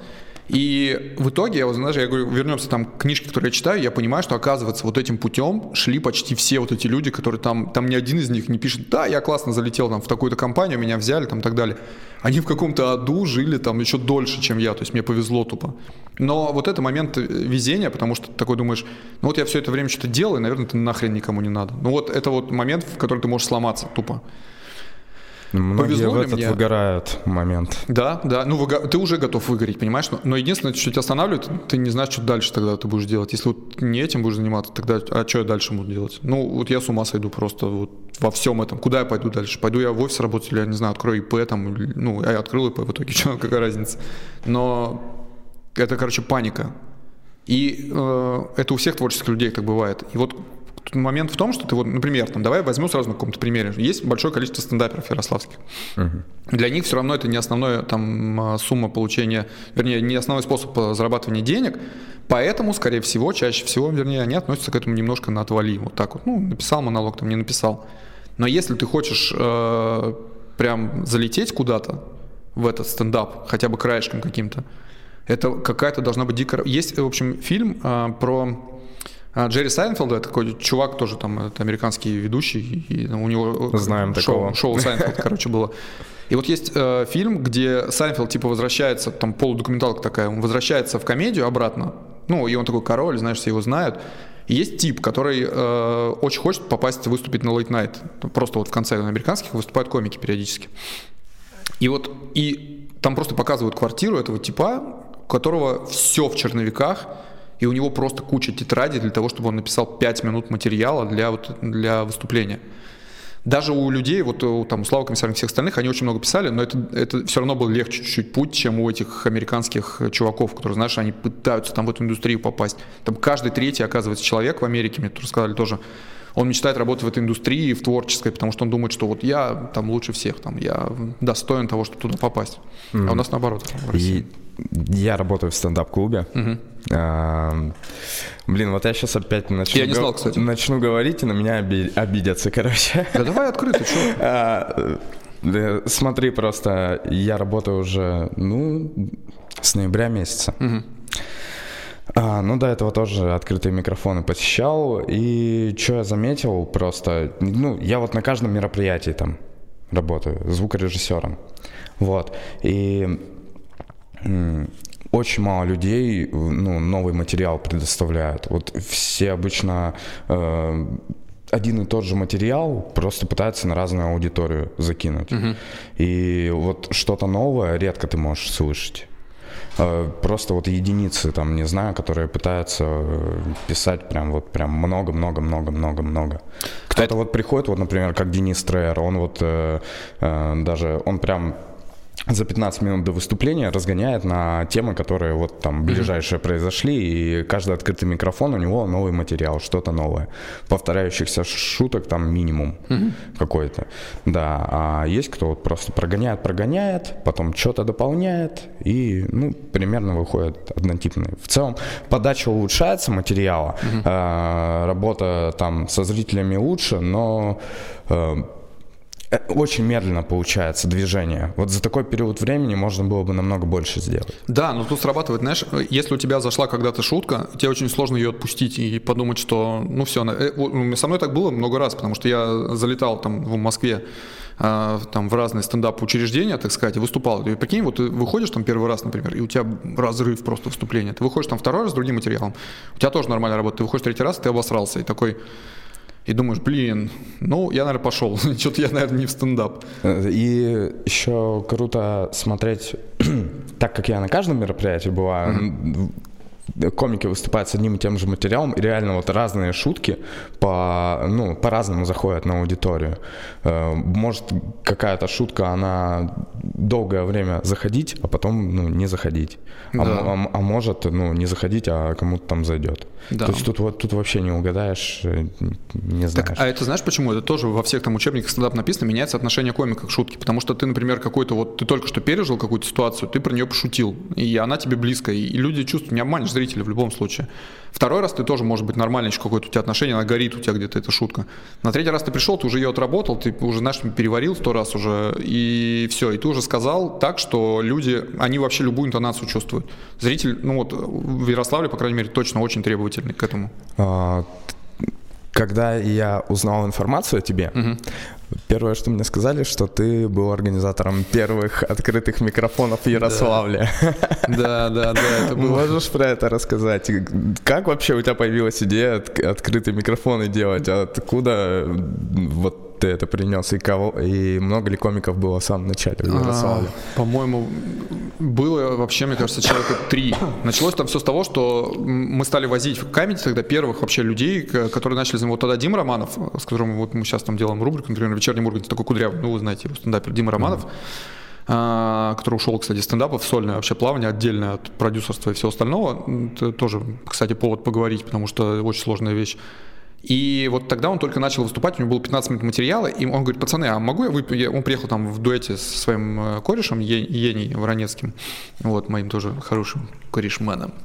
И в итоге, я вот, знаешь, я говорю, вернемся там к книжке, которую я читаю, я понимаю, что, оказывается, вот этим путем шли почти все вот эти люди, которые там, там ни один из них не пишет: да, я классно залетел там в такую-то компанию, меня взяли там и так далее. Они в каком-то аду жили там еще дольше, чем я, то есть мне повезло тупо. Но вот это момент везения, потому что ты такой думаешь: ну вот я все это время что-то делаю, и, наверное, это нахрен никому не надо. Ну вот это вот момент, в который ты можешь сломаться тупо. Многие повезло в ли этот мне? выгорают момент. Да, да, ну выго- ты уже готов выгореть, понимаешь? Но, но единственное, что тебя останавливает, ты не знаешь, что дальше тогда ты будешь делать. Если вот не этим будешь заниматься, тогда а что я дальше буду делать? Ну вот я с ума сойду просто вот во всем этом. Куда я пойду дальше? Пойду я в офис работать или, я не знаю, открою ИП там, или- ну я открыл ИП в итоге, что, какая разница? Но это, короче, паника. И э, это у всех творческих людей так бывает. И вот момент в том, что ты вот, например, там, давай возьму сразу на каком-то примере. Есть большое количество стендаперов ярославских. Uh-huh. Для них все равно это не основная там сумма получения, вернее, не основной способ зарабатывания денег, поэтому, скорее всего, чаще всего, вернее, они относятся к этому немножко на отвали. Вот так вот, ну, написал монолог, там, не написал. Но если ты хочешь э, прям залететь куда-то в этот стендап, хотя бы краешком каким-то, это какая-то должна быть дикая... Есть, в общем, фильм э, про... Джерри Сайнфелда, это такой чувак тоже там, это американский ведущий, и у него Знаем шоу, такого. шоу Сайнфелд, короче, было. И вот есть э, фильм, где Сайнфелд типа возвращается, там полудокументалка такая, он возвращается в комедию обратно, ну и он такой король, знаешь, все его знают. И есть тип, который э, очень хочет попасть выступить на Late Night, просто вот в конце американских выступают комики периодически. И вот и там просто показывают квартиру этого типа, у которого все в черновиках, и у него просто куча тетрадей для того, чтобы он написал пять минут материала для, вот, для выступления. Даже у людей, вот у, там, у Славы Комиссаренко и всех остальных, они очень много писали, но это, это все равно был легче чуть-чуть путь, чем у этих американских чуваков, которые, знаешь, они пытаются там в эту индустрию попасть. Там каждый третий, оказывается, человек в Америке, мне тут рассказали тоже, он мечтает работать в этой индустрии, в творческой, потому что он думает, что вот я там лучше всех, там, я достоин того, чтобы туда попасть. Mm-hmm. А у нас наоборот, в России. И я работаю в стендап-клубе. Mm-hmm. А, блин, вот я сейчас опять начну, я не знал, кстати. начну говорить, и на меня оби- обидятся, короче. Да давай открыто, что? А, смотри, просто я работаю уже, ну, с ноября месяца. Mm-hmm. А, ну, до этого тоже открытые микрофоны посещал, и что я заметил просто, ну, я вот на каждом мероприятии там работаю, звукорежиссером, вот, и м- очень мало людей, ну, новый материал предоставляют, вот все обычно э- один и тот же материал просто пытаются на разную аудиторию закинуть, uh-huh. и вот что-то новое редко ты можешь слышать. Просто вот единицы, там, не знаю, которые пытаются писать прям вот прям много-много-много-много-много. Кто-то а вот приходит, вот, например, как Денис Трейер, он вот э, э, даже, он прям за пятнадцать минут до выступления разгоняет на темы, которые вот там ближайшие mm-hmm. произошли, и каждый открытый микрофон, у него новый материал, что-то новое. Повторяющихся шуток там минимум mm-hmm. какой-то. Да, а есть кто вот просто прогоняет, прогоняет, потом что-то дополняет, и, ну, примерно выходит однотипный. В целом подача улучшается материала, mm-hmm. э, работа там со зрителями лучше, но... Э, очень медленно получается движение. Вот за такой период времени можно было бы намного больше сделать. Да, но тут срабатывает, знаешь, если у тебя зашла когда-то шутка, тебе очень сложно ее отпустить и подумать, что, ну все, со мной так было много раз, потому что я залетал там в Москве там в разные стендап-учреждения, так сказать, и выступал. И прикинь, вот ты выходишь там первый раз, например, и у тебя разрыв просто выступления. Ты выходишь там второй раз с другим материалом, у тебя тоже нормальная работа. Ты выходишь третий раз, ты обосрался, и такой... И думаешь, блин, ну, я, наверное, пошел. Что-то я, наверное, не в стендап. И еще круто смотреть, так как я на каждом мероприятии бываю, mm-hmm. комики выступают с одним и тем же материалом, и реально вот разные шутки по, ну, по-разному заходят на аудиторию. Может, какая-то шутка, она долгое время заходить, а потом, ну, не заходить. Да. А, а, а может, ну, не заходить, а кому-то там зайдет. Да. То есть тут, вот, тут вообще не угадаешь, не знаешь. Так, а это знаешь почему? Это тоже во всех там учебниках стендап написано, меняется отношение комика к шутке. Потому что ты, например, какой-то вот, ты только что пережил какую-то ситуацию, ты про нее пошутил, и она тебе близкая, и люди чувствуют, не обманешь зрителя в любом случае. Второй раз ты тоже, может быть, нормально еще какое-то у тебя отношение, она горит у тебя где-то эта шутка. На третий раз ты пришел, ты уже ее отработал, ты уже, знаешь, переварил сто раз уже, и все, и ты уже сказал так, что люди, они вообще любую интонацию чувствуют. Зритель, ну вот в Ярославле, по крайней мере, точно очень требовательный к этому. А, когда я узнал информацию о тебе, угу. первое, что мне сказали, что ты был организатором первых открытых микрофонов в Ярославле. Да, да, да. Это было. Можешь про это рассказать? Как вообще у тебя появилась идея от, открытые микрофоны делать? Откуда вот ты это принес, и, кого, и много ли комиков было в самом начале в Ярославле? А, по-моему, было вообще, мне кажется, человека три. Началось там все с того, что мы стали возить в Камеди тогда первых вообще людей, которые начали заниматься. Вот тогда Дима Романов, с которым вот мы сейчас там делаем рубрику, например, «Вечерний Ургант», такой кудрявый, ну вы знаете его стендапер, Дима Романов, mm-hmm. который ушел, кстати, из стендапа в сольное вообще плавание, отдельное от продюсерства и всего остального. Это тоже, кстати, повод поговорить, потому что очень сложная вещь. И вот тогда он только начал выступать, у него было пятнадцать минут материала, и он говорит: пацаны, а могу я выпить? Он приехал там в дуэте со своим корешем Еней Воронецким, вот, моим тоже хорошим корешменом.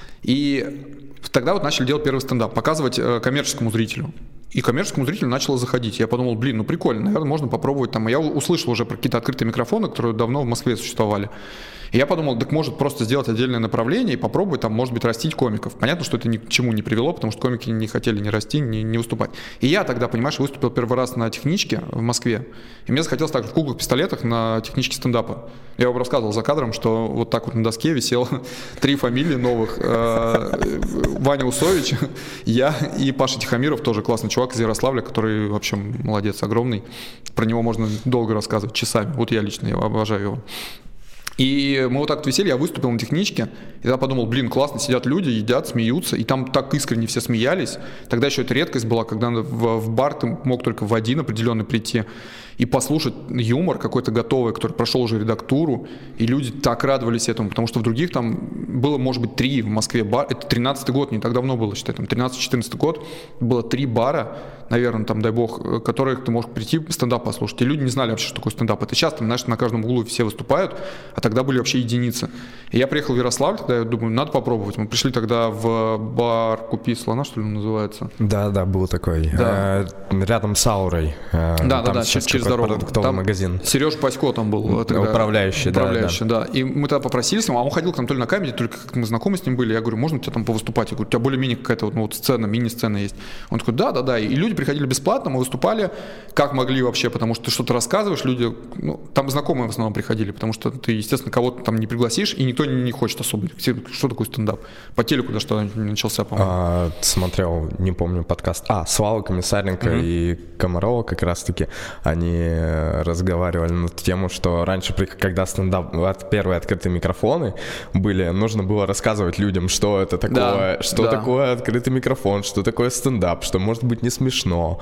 И тогда вот начали делать первый стендап, показывать коммерческому зрителю. И коммерческому зрителю начало заходить. Я подумал, блин, ну прикольно, наверное, можно попробовать там. Я услышал уже про какие-то открытые микрофоны, которые давно в Москве существовали. И я подумал, так может просто сделать отдельное направление и попробовать там, может быть, растить комиков. Понятно, что это ни к чему не привело, потому что комики не хотели ни расти, ни, ни выступать. И я тогда, понимаешь, выступил первый раз на техничке в Москве. И мне захотелось так в куклах-пистолетах на техничке стендапа. Я вам рассказывал за кадром, что вот так вот на доске висело три фамилии новых. Ваня Усович, я и Паша Тихомиров, тоже классный чувак из Ярославля, который вообще молодец, огромный. Про него можно долго рассказывать, часами. Вот я лично я обожаю его. И мы вот так вот висели, я выступил на техничке, и тогда подумал, блин, классно, сидят люди, едят, смеются, и там так искренне все смеялись. Тогда еще это редкость была, когда в, в бар ты мог только в один определенный прийти и послушать юмор какой-то готовый, который прошел уже редактуру, и люди так радовались этому, потому что в других там было, может быть, три в Москве бар, это тринадцатый год, не так давно было, считай, там тринадцатый-четырнадцатый год, было три бара, наверное, там, дай бог, которых ты можешь прийти стендап послушать, и люди не знали вообще, что такое стендап. Это сейчас, там, знаешь, на каждом углу все выступают, а тогда были вообще единицы. И я приехал в Ярославль, тогда я думаю, надо попробовать. Мы пришли тогда в бар «Купи слона», что ли, он называется? Да, да, был такой. Да. Э, рядом с Аурой. Э, да, да, да, через, через дорогу. Продуктовый там магазин. Сереж Пасько там был. Тогда, управляющий, управляющий, да, да, да. И мы тогда попросили с ним, а он ходил там то ли на Камеди, только как мы знакомы с ним были. Я говорю, можно тебе там повыступать? Я говорю, у тебя более-менее какая-то вот, ну, вот сцена, мини-сцена есть. Он такой, да, да, да. И люди приходили бесплатно, мы выступали, как могли вообще, потому что ты что-то рассказываешь, люди, ну, там знакомые в основном приходили, потому что ты, естественно, кого-то там не пригласишь, и никто не хочет особо. Что такое стендап? По телеку даже что начался, по-моему. А, смотрел, не помню, подкаст. А, Слава Комиссаренко mm-hmm. и Комарова как раз-таки, они разговаривали на ту тему, что раньше, когда стендап, первые открытые микрофоны были, нужно было рассказывать людям, что это такое, да, что да. такое открытый микрофон, что такое стендап, что может быть не смешно.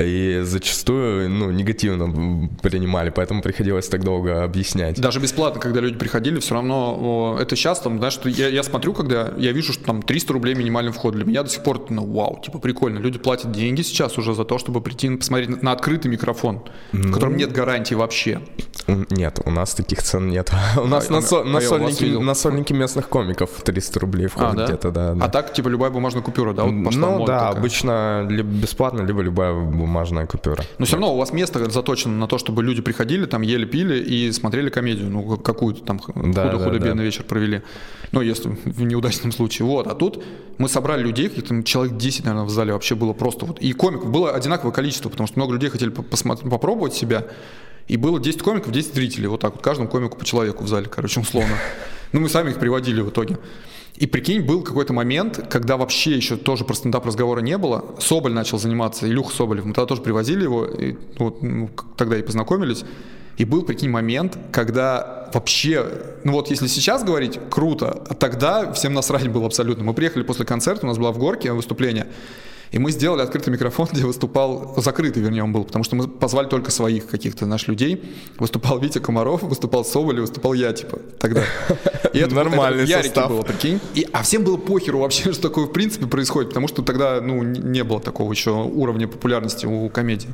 И зачастую, ну, негативно принимали, поэтому приходилось так долго объяснять. Даже бесплатно, когда люди приходили, все равно это сейчас, там, знаешь, что я, я смотрю, когда я вижу, что там триста рублей минимальный вход. Для меня до сих пор, ну, вау, типа, прикольно. Люди платят деньги сейчас уже за то, чтобы прийти посмотреть на, на открытый микрофон, ну, в котором нет гарантии вообще. Нет, у нас таких цен нет. У нас а, на, со, а на, сольники, на сольники местных комиков триста рублей вход, а, да? где-то, да, да. А так, типа, любая бумажная купюра, да? Вот пошла ну, да, такая. Обычно либо бесплатно, либо любая бумажная купюра. Но все равно у вас место заточено на то, чтобы люди приходили, там, ели, пили и смотрели комедию, ну, какую-то там да, худо-худо-бедный да, да. вечер провели. Ну, если в неудачном случае. Вот, а тут мы собрали людей, каких-то человек десять, наверное, в зале вообще было просто вот. И комиков было одинаковое количество, потому что много людей хотели посмотреть, попробовать себя. И было десять комиков, десять зрителей. Вот так вот, каждому комику по человеку в зале, короче, условно. Ну, мы сами их приводили в итоге. И прикинь, был какой-то момент, когда вообще еще тоже про стендап разговора не было. Соболь начал заниматься, Илюха Соболев. Мы тогда тоже привозили его, и вот, ну, тогда и познакомились. И был, прикинь, момент, когда вообще, ну вот если сейчас говорить, круто, а тогда всем насрать было абсолютно. Мы приехали после концерта, у нас была в Горке выступление, и мы сделали открытый микрофон, где выступал, закрытый, вернее, он был, потому что мы позвали только своих каких-то наших людей. Выступал Витя Комаров, выступал Соболев, выступал я, типа, тогда. И это нормальный это в Ярике состав. Было, прикинь. И, а всем было похеру вообще, что такое в принципе происходит, потому что тогда, ну, не было такого еще уровня популярности у комедии.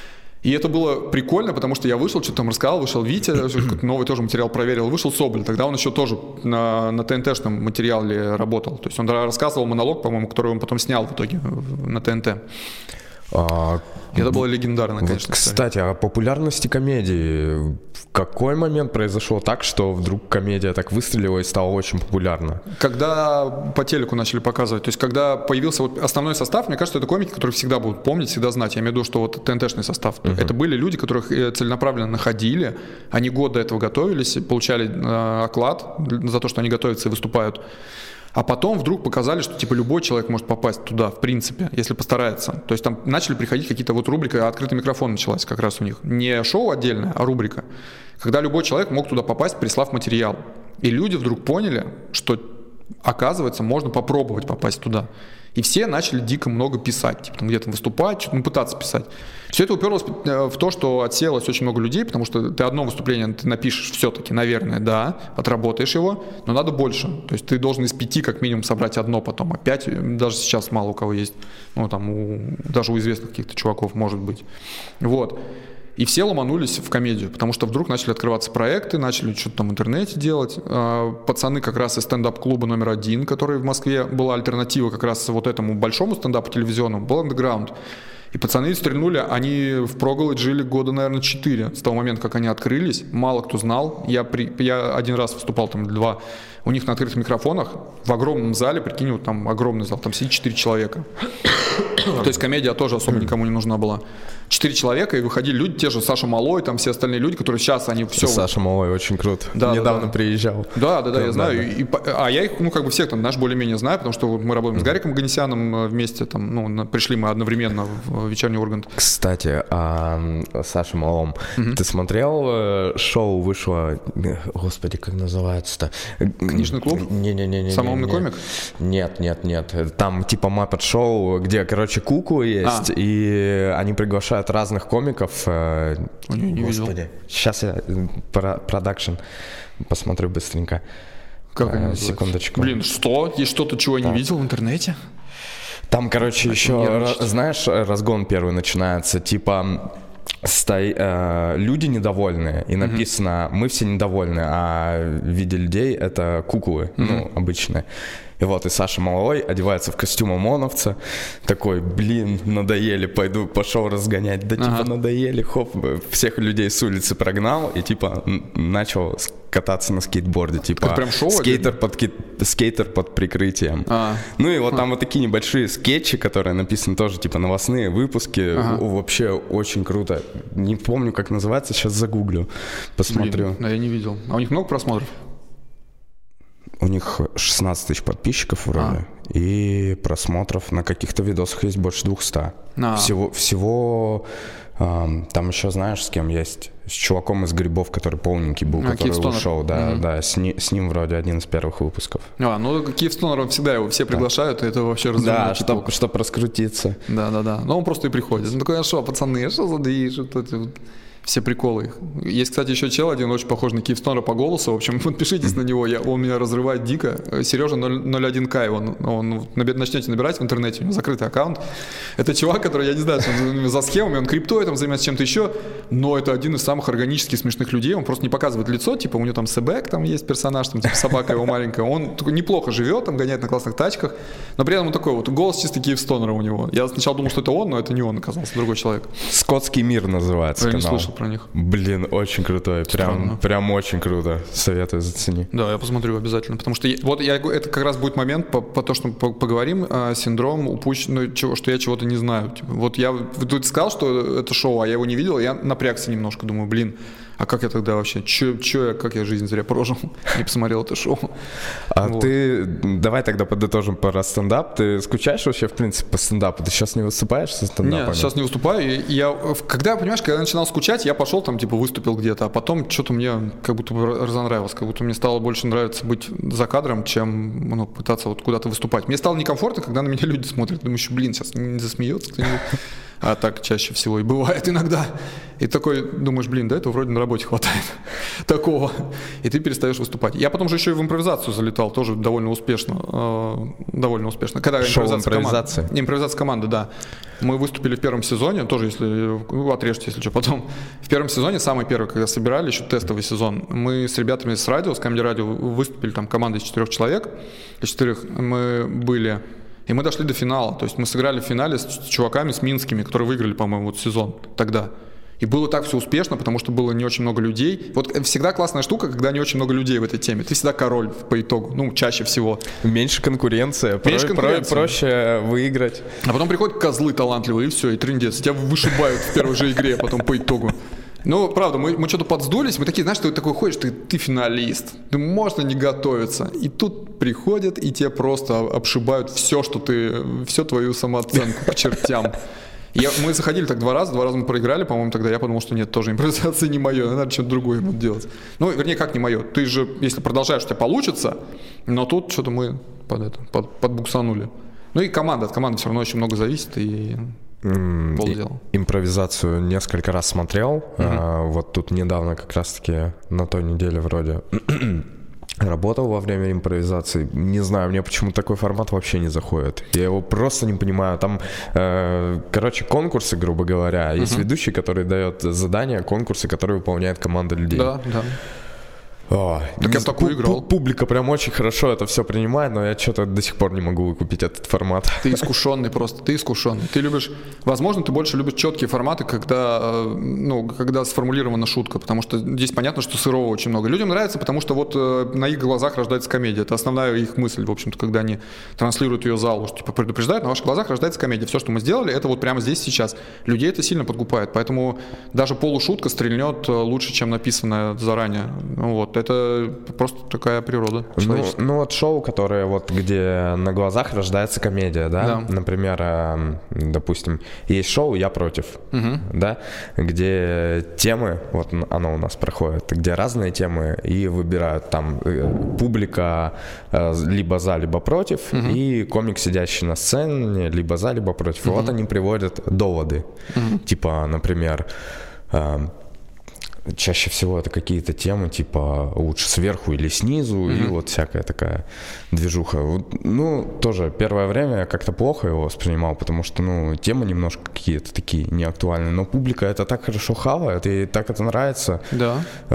И это было прикольно, потому что я вышел, что-то там рассказал, вышел Витя, новый тоже материал проверил, вышел Соболь, тогда он еще тоже на, на ТНТ-шном материале работал. То есть он рассказывал монолог, по-моему, который он потом снял в итоге на ТНТ. А, это было легендарно, конечно. Вот, кстати, о популярности комедии. В какой момент произошло так, что вдруг комедия так выстрелила и стала очень популярна? Когда по телеку начали показывать. То есть, когда появился вот основной состав, мне кажется, это комики, которые всегда будут помнить, всегда знать. Я имею в виду, что вот ТНТ-шный состав. Uh-huh. Это были люди, которых целенаправленно находили. Они год до этого готовились, получали э, оклад за то, что они готовятся и выступают. А потом вдруг показали, что типа любой человек может попасть туда, в принципе, если постарается. То есть там начали приходить какие-то вот рубрика, открытый микрофон началась как раз у них. Не шоу отдельное, а рубрика. Когда любой человек мог туда попасть, прислав материал. И люди вдруг поняли, что, оказывается, можно попробовать попасть туда. И все начали дико много писать, типа там где-то выступать, что-то, ну, пытаться писать. Все это уперлось в то, что отсеялось очень много людей, потому что ты одно выступление ты напишешь все-таки, наверное, да, отработаешь его, но надо больше. То есть ты должен из пяти как минимум собрать одно потом, а пять даже сейчас мало у кого есть. Ну, там, у, даже у известных каких-то чуваков может быть. Вот. И все ломанулись в комедию, потому что вдруг начали открываться проекты, начали что-то там в интернете делать. Пацаны как раз из стендап-клуба номер один, который в Москве была альтернатива как раз вот этому большому стендапу телевизионному, был андеграунд. И пацаны стрельнули, они в проголодь жили года, наверное, четыре с того момента, как они открылись. Мало кто знал. Я, при, я один раз выступал, там, два, у них на открытых микрофонах, в огромном зале, прикинь, вот там огромный зал, там сидит четыре человека. То есть комедия тоже особо никому не нужна была. Четыре человека, и выходили люди, те же Саша Малой, там все остальные люди, которые сейчас, они все... Саша Малой очень круто. Да, Недавно да, да. приезжал. Да, да, да, я знаю. Да, да. И, а я их, ну, как бы всех там, знаешь, более-менее знаю, потому что мы работаем mm-hmm. с Гариком Оганесяном вместе, там, ну, пришли мы одновременно в вечерний Ургант. Кстати, о Саше Малом. Mm-hmm. Ты смотрел шоу, вышло, господи, как называется-то? Книжный клуб? Не-не-не. Самый умный комик? Нет, нет, нет. Там типа Маппет-шоу, где, короче, куклы есть, а. и они приглашают разных комиков. Не, не Господи. Видел. Сейчас я продакшн посмотрю быстренько. Как а, секундочку. Блин, что? Есть что-то, чего я не видел в интернете? Там, короче, так, еще, знаешь, разгон первый начинается, типа... Стой, э, люди недовольные, и написано, mm-hmm. мы все недовольны, а в виде людей это куклы, mm-hmm. ну, обычные. И вот, и Саша Малой одевается в костюм ОМОНовца, такой, блин, надоели, пойду, пошел разгонять. Да, ага. типа, надоели, хоп, всех людей с улицы прогнал и, типа, начал кататься на скейтборде, типа, прям шоу, скейтер, под, ки... скейтер под прикрытием. А. Ну и вот а. там вот такие небольшие скетчи, которые написаны тоже, типа, новостные выпуски, ага. вообще очень круто. Не помню, как называется, сейчас загуглю, посмотрю. Блин, да, я не видел. А у них много просмотров? У них шестнадцать тысяч подписчиков вроде, а. и просмотров на каких-то видосах есть больше двухсот. А. Всего, всего эм, там еще знаешь, с кем есть? С чуваком из Грибов, который полненький был, а, который ушел, да, mm-hmm. да, с, ни, с ним вроде один из первых выпусков. А, ну Киевстонер, всегда его все приглашают, да. и это вообще развивает. Да, чтобы чтоб раскрутиться. Да-да-да, но он просто и приходит. Ну такой, а что, пацаны, что за движ, вот эти вот... Все приколы их. Есть, кстати, еще чел один, очень похож на Киевстонера по голосу. В общем, подпишитесь на него, я, он меня разрывает дико. Сережа ноль один кей, он, он начнете набирать в интернете, у него закрытый аккаунт. Это чувак, который, я не знаю, он за схемами, он криптой там занимается чем-то еще, но это один из самых органически смешных людей. Он просто не показывает лицо, типа у него там Себек, там есть персонаж, там типа собака его маленькая. Он неплохо живет, там гоняет на классных тачках, но при этом он такой вот, голос чисто Киевстонера у него. Я сначала думал, что это он, но это не он оказался, другой человек. Скотский мир называется я канал. Не слышал про них. Блин, очень крутой, прям, прям очень круто. Советую, зацени. Да, я посмотрю обязательно, потому что я, вот я, это как раз будет момент, по, по то, что по, поговорим, а, синдром упущенного, чего, что я чего-то не знаю. Типа, вот я, ты сказал, что это шоу, а я его не видел, я напрягся немножко, думаю, блин, а как я тогда вообще, чё, чё я, как я жизнь зря прожил, не посмотрел это шоу. А вот. Ты, давай тогда подытожим про стендап. Ты скучаешь вообще, в принципе, по стендапу? Ты сейчас не выступаешь со стендапом? Нет, сейчас не выступаю. Я, когда, понимаешь, когда я начинал скучать, я пошел там, типа, выступил где-то, а потом что-то мне как будто бы разонравилось, как будто мне стало больше нравиться быть за кадром, чем ну, пытаться вот куда-то выступать. Мне стало некомфортно, когда на меня люди смотрят. Думаю, блин, сейчас не засмеется кто-нибудь. А так чаще всего и бывает иногда. И такой думаешь, блин, да этого вроде на работе хватает. Такого. И ты перестаешь выступать. Я потом же еще и в импровизацию залетал, тоже довольно успешно. Э, довольно успешно. Когда Шоу импровизация импровизация. команды. Импровизация команды, да. Мы выступили в первом сезоне, тоже если, ну, отрежьте, если что, потом. В первом сезоне, самый первый, когда собирали, еще тестовый сезон, мы с ребятами с радио, с Comedy Radio выступили, там команда из четырех человек. Из четырех мы были... И мы дошли до финала. То есть мы сыграли в финале с чуваками, с минскими, которые выиграли, по-моему, вот сезон тогда. И было так все успешно, потому что было не очень много людей. Вот всегда классная штука, когда не очень много людей в этой теме. Ты всегда король по итогу, ну, чаще всего. Меньше конкуренция, Меньше про- конкуренция. Про- проще выиграть. А потом приходят козлы талантливые, и все, и трындец. И тебя вышибают в первой же игре, потом по итогу. Ну, правда, мы, мы что-то подсдулись, мы такие, знаешь, ты такой ходишь, ты, ты финалист, ты можно не готовиться. И тут приходят и тебе просто обшибают все, что ты, всю твою самооценку к чертям. Я, мы заходили так два раза, два раза мы проиграли, по-моему, тогда я подумал, что нет, тоже импровизация не мое, надо что-то другое буду делать. Ну, вернее, как не мое, ты же, если продолжаешь, у тебя получится, но тут что-то мы под это, под, подбуксанули. Ну и команда, от команды все равно очень много зависит, и mm, полдела. Импровизацию несколько раз смотрел, mm-hmm. а, вот тут недавно как раз-таки на той неделе вроде... Работал во время импровизации. Не знаю, мне почему такой формат вообще не заходит. Я его просто не понимаю. Там, э, короче, конкурсы, грубо говоря. Есть uh-huh. ведущий, который дает задания, конкурсы, которые выполняет команда людей. Да, да. О, так я в такую играл. Публика прям очень хорошо это все принимает, но я что-то до сих пор не могу выкупить этот формат. Ты искушенный просто, ты искушенный. Ты любишь, возможно, ты больше любишь четкие форматы, когда, ну, когда сформулирована шутка, потому что здесь понятно, что сырого очень много. Людям нравится, потому что вот на их глазах рождается комедия. Это основная их мысль, в общем-то, когда они транслируют ее залу, что, типа, предупреждают, на ваших глазах рождается комедия. Все, что мы сделали, это вот прямо здесь, сейчас. Людей это сильно подкупает, поэтому даже полушутка стрельнет лучше, чем написанная заранее. Вот. Это просто такая природа человеческая. Ну, ну вот шоу, которое вот где на глазах рождается комедия, да? Да. Например, допустим, есть шоу «Я против», угу. да? Где темы, вот оно у нас проходит, где разные темы и выбирают там публика либо за, либо против, угу. и комик, сидящий на сцене, либо за, либо против. Угу. И вот они приводят доводы. Угу. Типа, например... Чаще всего это какие-то темы, типа лучше сверху или снизу, mm-hmm. и вот всякая такая движуха. Ну, тоже первое время я как-то плохо его воспринимал, потому что, ну, темы немножко какие-то такие неактуальные, но публика это так хорошо хавает, и так это нравится. Да.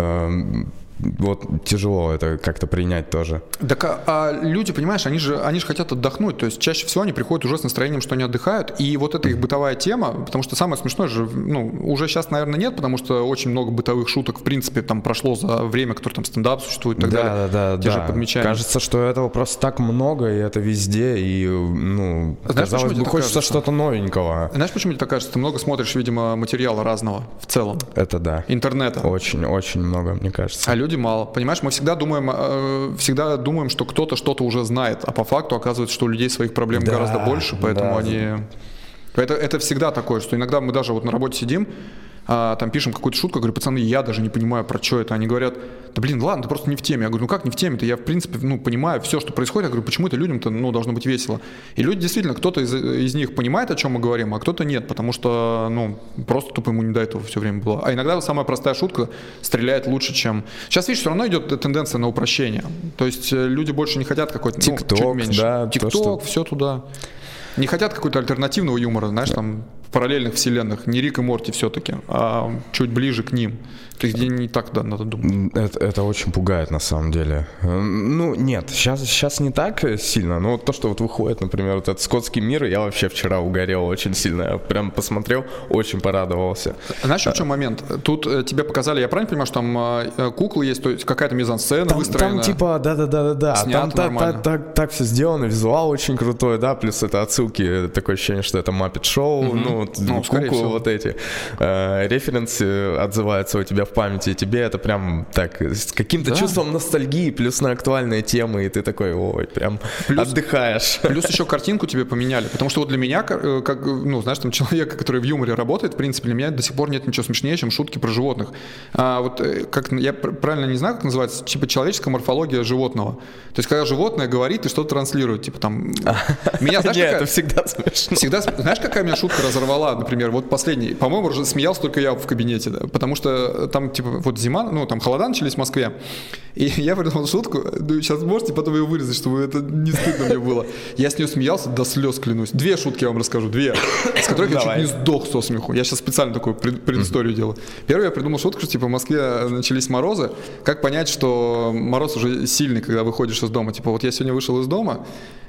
Эм, вот тяжело это как-то принять тоже. Так, а, а люди, понимаешь, они же, они же хотят отдохнуть, то есть чаще всего они приходят уже с настроением, что они отдыхают, и вот это их бытовая тема, потому что самое смешное же, ну, уже сейчас, наверное, нет, потому что очень много бытовых шуток, в принципе, там прошло за время, которое там стендап существует и так да, далее. Да, да, Те да. же подмечания. Кажется, что этого просто так много, и это везде, и, ну, знаешь, казалось бы, хочется кажется? что-то новенького. Знаешь, почему тебе так кажется? Ты много смотришь, видимо, материала разного в целом. Это да. Интернета. Очень, очень много, мне кажется. А люди мало. Понимаешь, мы всегда думаем, э, всегда думаем, что кто-то что-то уже знает, а по факту оказывается, что у людей своих проблем да, гораздо больше, поэтому да. они... Это, это всегда такое, что иногда мы даже вот на работе сидим, а, там пишем какую-то шутку, я говорю, пацаны, я даже не понимаю, про что это. Они говорят, да блин, ладно, ты просто не в теме. Я говорю, ну как не в теме-то? Я, в принципе, ну, понимаю все, что происходит. Я говорю, почему это людям-то, ну, должно быть весело. И люди действительно, кто-то из, из них понимает, о чем мы говорим, а кто-то нет, потому что, ну, просто тупо ему не до этого все время было. А иногда самая простая шутка стреляет лучше, чем... Сейчас, видишь, все равно идет тенденция на упрощение. То есть люди больше не хотят какой-то, ну, чуть меньше. Да, ТикТок, что... все туда. Не хотят какой-то альтернативного юмора, знаешь, там, в параллельных вселенных. Не Рик и Морти все-таки, а чуть ближе к ним. То есть, где не так, да, надо думать. Это, это очень пугает, на самом деле. Ну, нет, сейчас, сейчас не так сильно, но вот то, что вот выходит, например, вот этот «Скотский мир», я вообще вчера угорел очень сильно. Я прям посмотрел, очень порадовался. Знаешь, в чем момент? Тут тебе показали, я правильно понимаю, что там куклы есть, то есть какая-то мизансцена там, выстроена? Там типа, да-да-да-да, там так, так, так, так все сделано, визуал очень крутой, да, плюс это отсылки, такое ощущение, что это Muppet Show, угу. ну, ну, куклы вот эти. Э, референсы отзываются у тебя в памяти, и тебе это прям так, с каким-то да. чувством ностальгии, плюс на актуальные темы, и ты такой, ой, прям плюс, отдыхаешь. Плюс еще картинку тебе поменяли, потому что вот для меня, как, ну, знаешь, там человека, который в юморе работает, в принципе, для меня до сих пор нет ничего смешнее, чем шутки про животных. А вот, как, я правильно не знаю, как называется, типа человеческая морфология животного. То есть, когда животное говорит и что-то транслирует, типа там... Меня, знаешь, Нет, какая... это всегда смешно. Всегда, знаешь, какая меня шутка разорвала, например, вот последний, по-моему, уже смеялся только я в кабинете, да, потому что там, типа, вот зима, ну, там холода начались в Москве, и я придумал шутку, ну, сейчас можете потом ее вырезать, чтобы это не стыдно мне было. Я с нее смеялся до слез, клянусь. Две шутки я вам расскажу, две, с которых я чуть не сдох со смеху. Я сейчас специально такую предысторию mm-hmm. делаю. Первый я придумал шутку, что, типа, в Москве начались морозы, как понять, что мороз уже сильный, когда выходишь из дома. Типа, вот я сегодня вышел из дома,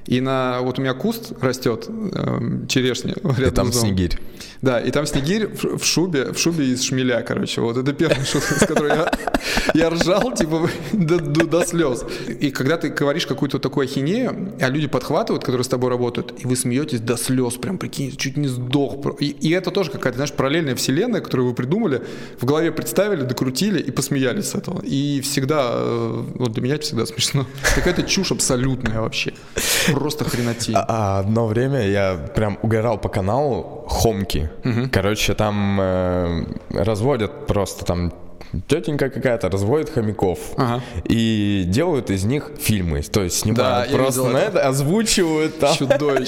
И на вот у меня куст растет э, черешня рядом и там с домом. снегирь. Да, и там снегирь в, в шубе, в шубе из шмеля, короче. Вот это первая шутка, с которой я, я ржал, типа, до, до, до слез. И когда ты говоришь какую-то такую ахинею, а люди подхватывают, которые с тобой работают, и вы смеетесь до слез, прям, прикинь, чуть не сдох. И, и это тоже какая-то, знаешь, параллельная вселенная, которую вы придумали, в голове представили, докрутили и посмеялись с этого. И всегда, вот для меня это всегда смешно. Какая-то чушь абсолютная вообще. Просто хренотень. А, а одно время я прям угорал по каналу Хомки. Угу. Короче, там э, разводят просто там тетенька какая-то разводит хомяков ага. и делают из них фильмы, то есть снимают да, просто на это, озвучивают там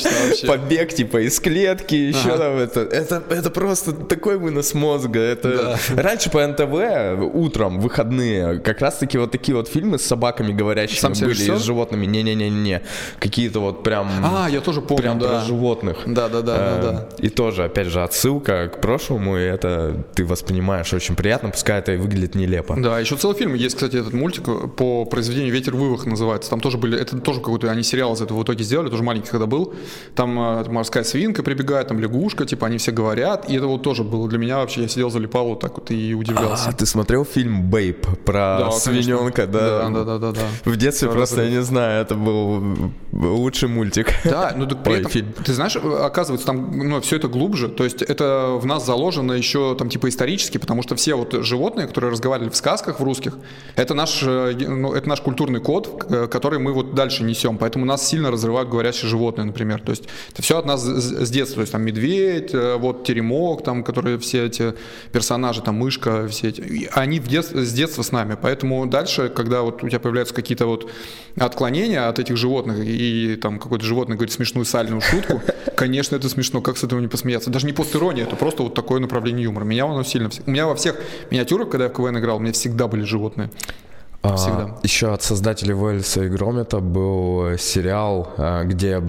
побег типа из клетки, еще ага. там это, это, это просто такой вынос мозга. Это да. Раньше по эн тэ вэ утром выходные как раз таки вот такие вот фильмы с собаками говорящими Сам были и с животными, не-не-не-не, какие-то вот прям. А, я тоже помню, прям да. про животных. Да, да, да, а, да, да. И тоже опять же отсылка к прошлому, и это ты воспринимаешь очень приятно, пускай это и выглядит нелепо. Да, еще целый фильм есть, кстати, этот мультик по произведению «Ветер вывах» называется. Там тоже были, это тоже какой-то, они сериал из этого в итоге сделали, тоже маленький когда был. Там э, морская свинка прибегает, там лягушка, типа они все говорят. И это вот тоже было для меня вообще, я сидел, залипал вот так вот и удивлялся. А, ты смотрел фильм «Бэйб» про да, свиненка? Да? Да, да, да, да. В детстве Все просто, разрыв. Я не знаю, это был лучший мультик. Да, ну так при этом, фильм. Ты знаешь, оказывается, там ну, все это глубже, то есть это в нас заложено еще там типа исторически, потому что все вот животные, которые разговаривали в сказках в русских, это наш, ну, это наш культурный код, который мы вот дальше несем, поэтому нас сильно разрывают говорящие животные, например, то есть это все от нас с детства, то есть там медведь, вот теремок, там, которые все эти персонажи, там мышка, все эти, они в детстве, с детства с нами, поэтому дальше, когда вот у тебя появляются какие-то вот отклонения от этих животных, и там какое-то животное говорит смешную сальную шутку, конечно, это смешно, как с этого не посмеяться, даже не постирония, это просто вот такое направление юмора, меня оно сильно, у меня во всех миниатюрах, когда я в КВН играл, у меня всегда были животные. Всегда. А, еще от создателей Уэллса и Громита был сериал, где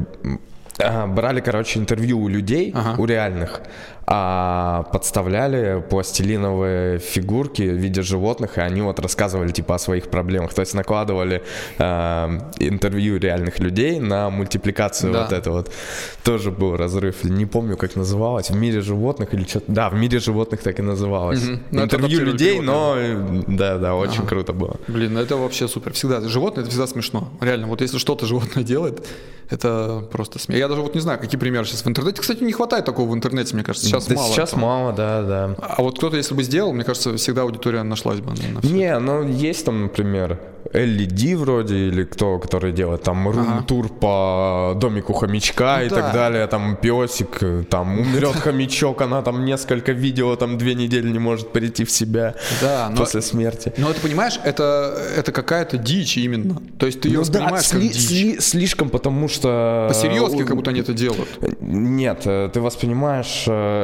брали, короче, интервью у людей, ага. у реальных, а подставляли пластилиновые фигурки в виде животных, и они вот рассказывали типа о своих проблемах. То есть накладывали э, интервью реальных людей на мультипликацию да. вот это вот. Тоже был разрыв. Не помню, как называлось. В мире животных или что-то. Да, в мире животных так и называлось. Угу. Интервью людей, пилот, но да, да, очень ага. круто было. Блин, ну это вообще супер. Всегда животное, это всегда смешно. Реально, вот если что-то животное делает, это просто смешно. Я даже вот не знаю, какие примеры сейчас в интернете. Кстати, не хватает такого в интернете, мне кажется. Сейчас да мало. Сейчас этого. мало, да, да. А вот кто-то, если бы сделал, мне кажется, всегда аудитория нашлась бы. На не, ну есть там, например, эл и ди вроде, или кто, который делает там рум-тур ага. по домику хомячка ну, и да. так далее. Там песик, там умрет хомячок, она там несколько видео, там две недели не может прийти в себя да, после но, смерти. Но это, понимаешь, это, это какая-то дичь именно. То есть ты ее ну, воспринимаешь да, как сли, дичь. Сли, слишком, потому что... По-серьезки, как будто они это делают. Нет, ты воспринимаешь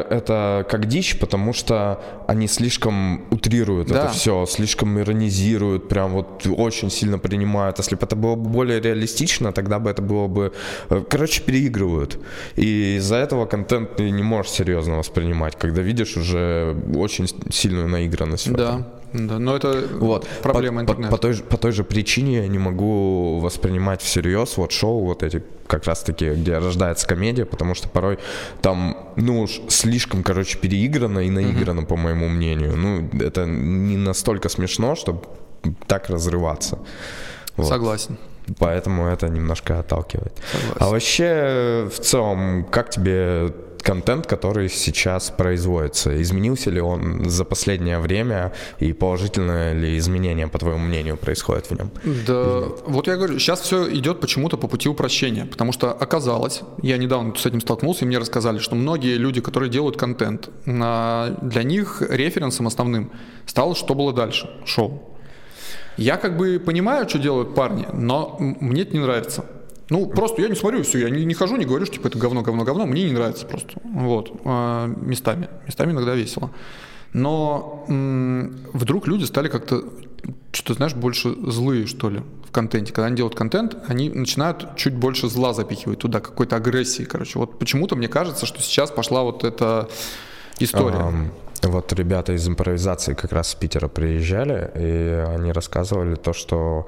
это как дичь, потому что они слишком утрируют да. это все, слишком иронизируют, прям вот очень сильно принимают. Если бы это было бы более реалистично, тогда бы это было бы... Короче, переигрывают. И из-за этого контент ты не можешь серьезно воспринимать, когда видишь уже очень сильную наигранность. Да. Да, но это вот. проблема по, интернета. По, по, той же, по той же причине я не могу воспринимать всерьез вот шоу вот эти как раз таки, где рождается комедия, потому что порой там, ну уж слишком, короче, переиграно и наиграно, mm-hmm. по моему мнению. Ну, это не настолько смешно, чтобы так разрываться. Вот. Согласен. Поэтому это немножко отталкивает. Согласен. А вообще, в целом, как тебе контент, который сейчас производится? Изменился ли он за последнее время и положительное ли изменение, по твоему мнению, происходит в нем? Да, вот я говорю, сейчас все идет почему-то по пути упрощения, потому что оказалось, я недавно с этим столкнулся, и мне рассказали, что многие люди, которые делают контент, для них референсом основным стало «Что было дальше?» шоу. Я как бы понимаю, что делают парни, но мне это не нравится. Ну, просто я не смотрю все, я не, не хожу, не говорю, что типа это говно, говно, говно, мне не нравится просто, вот, а, местами, местами иногда весело. Но м- вдруг люди стали как-то, что-то, знаешь, больше злые, что ли, в контенте. Когда они делают контент, они начинают чуть больше зла запихивать туда, какой-то агрессии, короче. Вот почему-то мне кажется, что сейчас пошла вот эта история. Um... Вот ребята из импровизации как раз с Питера приезжали, и они рассказывали то, что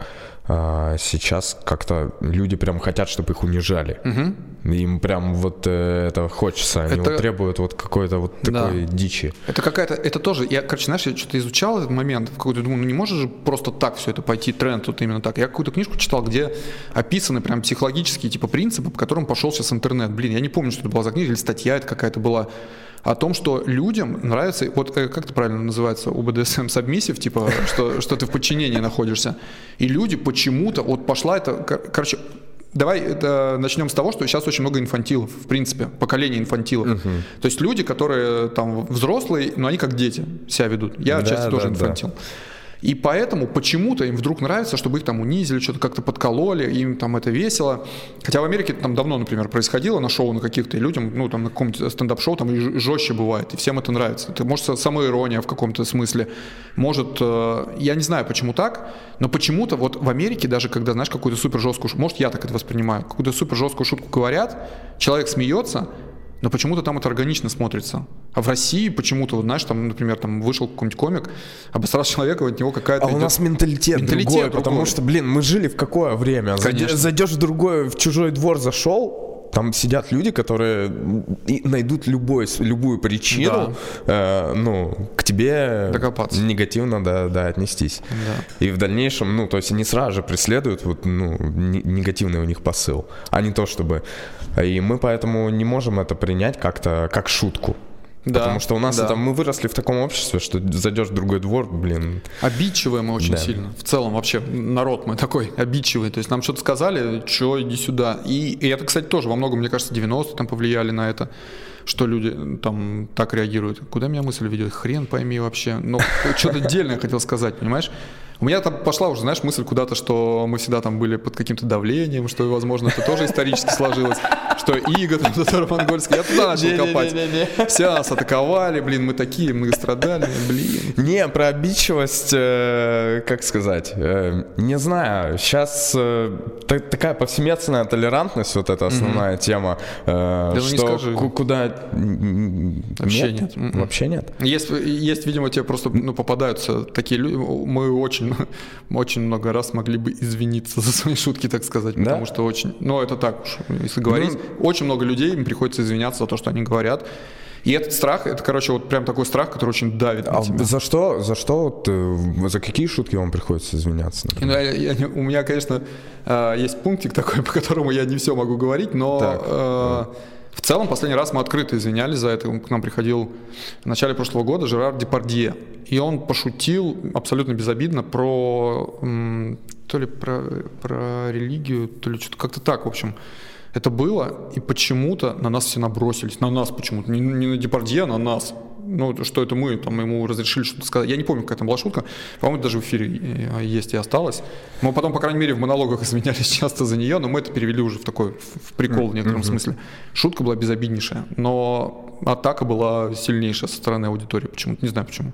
а, сейчас как-то люди прям хотят, чтобы их унижали. Угу. Им прям вот э, это хочется, они это... вот требуют вот какой-то вот такой да. дичи. Это какая-то, это тоже, я, короче, знаешь, я что-то изучал этот момент, в какой-то думаю, ну не может же просто так все это пойти, тренд вот именно так. Я какую-то книжку читал, где описаны прям психологические типа принципы, по которым пошел сейчас интернет. Блин, я не помню, что это была за книга или статья это какая-то была. О том, что людям нравится, вот как это правильно называется, у бэ дэ эс эм submissive, типа, что, что ты в подчинении находишься. И люди почему-то, вот пошла это, короче, давай это начнем с того, что сейчас очень много инфантилов, в принципе, поколение инфантилов. Uh-huh. То есть люди, которые там взрослые, но они как дети себя ведут. Я отчасти да, тоже да, инфантил. Да. И поэтому почему-то им вдруг нравится, чтобы их там унизили, что-то как-то подкололи, им там это весело. Хотя в Америке это там давно, например, происходило на шоу на каких-то, и людям, ну там на каком-то стендап-шоу там и жестче бывает, и всем это нравится. Это может самоирония в каком-то смысле. Может, я не знаю, почему так, но почему-то вот в Америке даже когда, знаешь, какую-то супер жесткую шутку, может я так это воспринимаю, какую-то супер жесткую шутку говорят, человек смеется, но почему-то там это органично смотрится. А в России почему-то, вот, знаешь, там, например, там вышел какой-нибудь комик, обосрал человека, от него какая-то... А идет... у нас менталитет, менталитет другой, другой, потому что, блин, мы жили в какое время? Конечно. Зайдешь в другой, в чужой двор зашел, там сидят люди, которые найдут любой, любую причину, да. э, ну, к тебе докопаться. Негативно да, да, отнестись. Да. И в дальнейшем, ну, то есть они сразу же преследуют вот, ну, негативный у них посыл, а не то, чтобы... И мы поэтому не можем это принять как-то, как шутку. Да, потому что у нас да. это, мы выросли в таком обществе, что зайдешь в другой двор, блин. Обидчивые мы очень да. сильно. В целом вообще народ мы такой обидчивый. То есть нам что-то сказали, что иди сюда. И, и это, кстати, тоже во многом, мне кажется, девяностые там повлияли на это, что люди там так реагируют. Куда меня мысль ведет? Хрен пойми вообще. Но что-то отдельное хотел сказать, понимаешь? У меня там пошла уже, знаешь, мысль куда-то, что мы всегда там были под каким-то давлением, что, возможно, это тоже исторически сложилось, что иго там татаро-монгольский. Я туда начал копать. Все нас атаковали, блин, мы такие, мы страдали, блин. Не, про обидчивость, э, как сказать, э, не знаю. Сейчас э, та- такая повсеместная толерантность, вот эта основная mm-hmm. тема, э, да что к- куда... Вообще нет. нет. Вообще нет. Есть, есть, видимо, тебе просто ну, попадаются такие люди. Мы очень очень много раз могли бы извиниться за свои шутки, так сказать, да? Потому что очень, ну это так уж, если говорить, ну, очень много людей им приходится извиняться за то, что они говорят. И этот страх, это, короче, вот прям такой страх, который очень давит на а тебя. За что, за что, вот, за какие шутки вам приходится извиняться? Ну, я, я, у меня, конечно, есть пунктик такой, по которому я не все могу говорить, но... Так, э, да. В целом, последний раз мы открыто извинялись за это. К нам приходил в начале прошлого года Жерар Депардье. И он пошутил абсолютно безобидно про то ли про, про религию, то ли что-то как-то так, в общем. Это было, и почему-то на нас все набросились. На нас почему-то. Не, не на Депардье, а на нас. Ну, что это мы, там, ему разрешили что-то сказать. Я не помню, какая там была шутка. По-моему, даже в эфире есть и осталось. Мы потом, по крайней мере, в монологах извинялись часто за нее, но мы это перевели уже в такой, в прикол в некотором mm-hmm. смысле. Шутка была безобиднейшая, но атака была сильнейшая со стороны аудитории почему-то. Не знаю почему.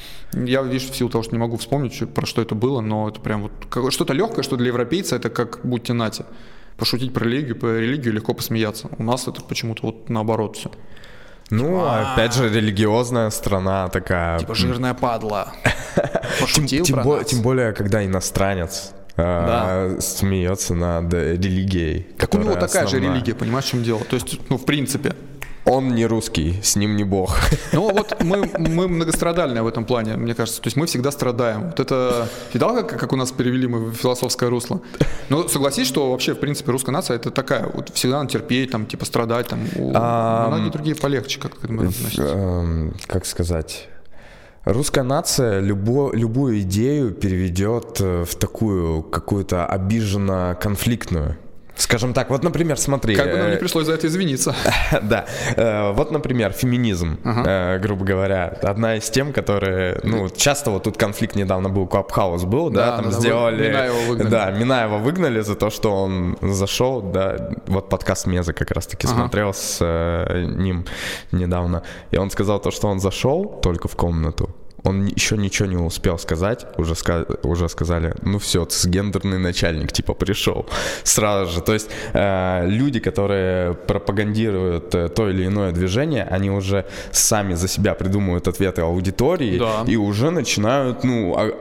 Я, видишь, в силу того, что не могу вспомнить, про что это было, но это прям вот что-то легкое, что для европейца это как будьте нате. Пошутить про религию, по религию легко посмеяться. У нас это почему-то вот наоборот все. Ну, А-а-а. опять же, религиозная страна такая. Типа жирная падла. Пошутил тем, про тем, нас. Тем более, когда иностранец да. э, смеется над религией. Так у него такая основная. же религия, понимаешь, в чем дело? То есть, ну, в принципе. Он не русский, с ним не бог. Ну вот мы, мы многострадальные в этом плане, мне кажется. То есть мы всегда страдаем. Вот это, видал, как, как у нас перевели мы в философское русло? Ну согласись, что вообще, в принципе, русская нация это такая, вот всегда надо терпеть, там, типа страдать, там, у а, многие другие полегче, как к этому относятся. Как сказать... Русская нация любо, любую идею переведет в такую какую-то обиженно-конфликтную. Скажем так, вот, например, смотри... Как бы нам не пришлось за это извиниться. Да. Вот, например, феминизм, ага. грубо говоря. Одна из тем, которые... Ну, часто вот тут конфликт недавно был, Клабхаус был, да, да там да, сделали... Минаева выгнали. Да, Минаева выгнали за то, что он зашел, да, вот подкаст Меза как раз-таки ага. смотрел с э, ним недавно. И он сказал то, что он зашел только в комнату. Он еще ничего не успел сказать, уже, ска- уже сказали, ну все, цисгендерный начальник типа пришел сразу же. То есть э, люди, которые пропагандируют э, то или иное движение, они уже сами за себя придумывают ответы аудитории да. и уже начинают, ну, а, а,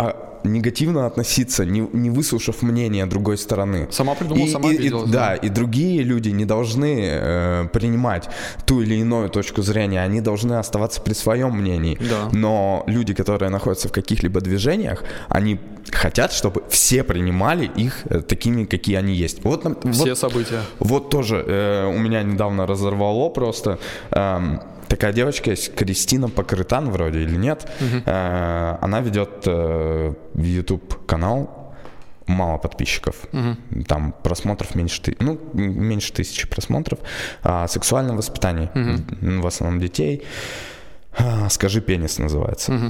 негативно относиться, не, не выслушав мнение другой стороны. Сама придумала, и, сама и, обиделась. И, да, да, и другие люди не должны э, принимать ту или иную точку зрения, они должны оставаться при своем мнении. Да. Но люди, которые находятся в каких-либо движениях, они хотят, чтобы все принимали их э, такими, какие они есть. Вот, все вот, события. Вот тоже э, у меня недавно разорвало просто. Э, такая девочка есть, Кристина Покрытан вроде или нет. Uh-huh. Э, она ведет э, в YouTube канал, мало подписчиков. Uh-huh. Там просмотров меньше, ты, ну, меньше тысячи просмотров. О сексуальном воспитании, uh-huh. в основном детей. «Скажи пенис» называется. Uh-huh.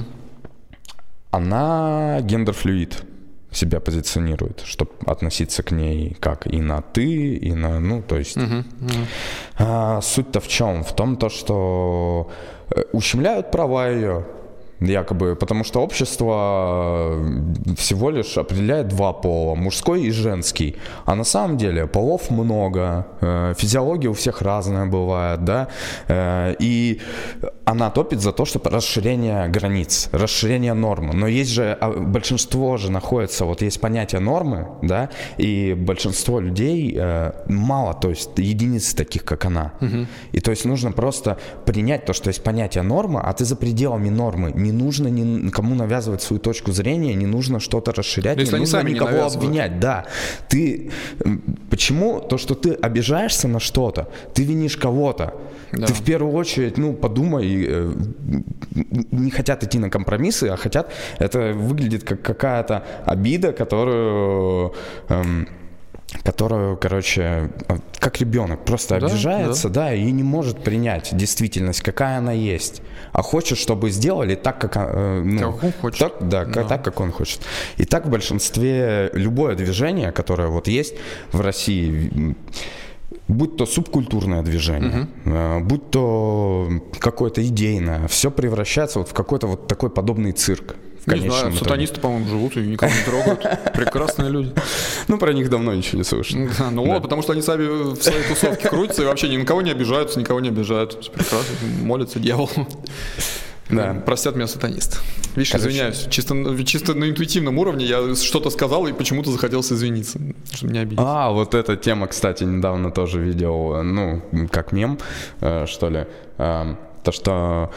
Она гендер-флюид себя позиционирует, чтобы относиться к ней как и на «ты», и на, ну, то есть... Uh-huh. Uh-huh. А, суть-то в чем? В том, то, что ущемляют права ее, якобы, потому что общество всего лишь определяет два пола, мужской и женский. А на самом деле полов много, физиология у всех разная бывает, да, и она топит за то, чтобы расширение границ, расширение нормы. Но есть же, большинство же находится, вот есть понятие нормы, да, и большинство людей мало, то есть единиц таких, как она. Угу. И то есть нужно просто принять то, что есть понятие нормы, а ты за пределами нормы. Не нужно никому навязывать свою точку зрения, не нужно что-то расширять, не нужно никого обвинять. Да. Ты, почему то, что ты обижаешься на что-то, ты винишь кого-то. Да. Ты в первую очередь, ну, подумай, не хотят идти на компромиссы, а хотят, это выглядит как какая-то обида, которую... Эм, которую, короче, как ребенок просто да, обижается, да. да, и не может принять действительность, какая она есть. А хочет, чтобы сделали так, как, э, ну, как он хочет. Так, да, да. так, как он хочет. И так в большинстве любое движение, которое вот есть в России, будь то субкультурное движение, uh-huh. будь то какое-то идейное, все превращается вот в какой-то вот такой подобный цирк. Не знаю, сатанисты, по-моему, живут и никого не трогают. Прекрасные люди. Ну, про них давно ничего не слышно. Да, ну вот, потому что они сами в своей тусовке крутятся и вообще ни на кого не обижаются, никого не обижают. Прекрасно, молятся дьяволу. Да. Простят меня сатанисты. Видишь, Короче. извиняюсь. Чисто, чисто на интуитивном уровне я что-то сказал и почему-то захотелось извиниться, чтобы не обидеть. А, вот эта тема, кстати, недавно тоже видел, ну, как мем, что ли. То, что...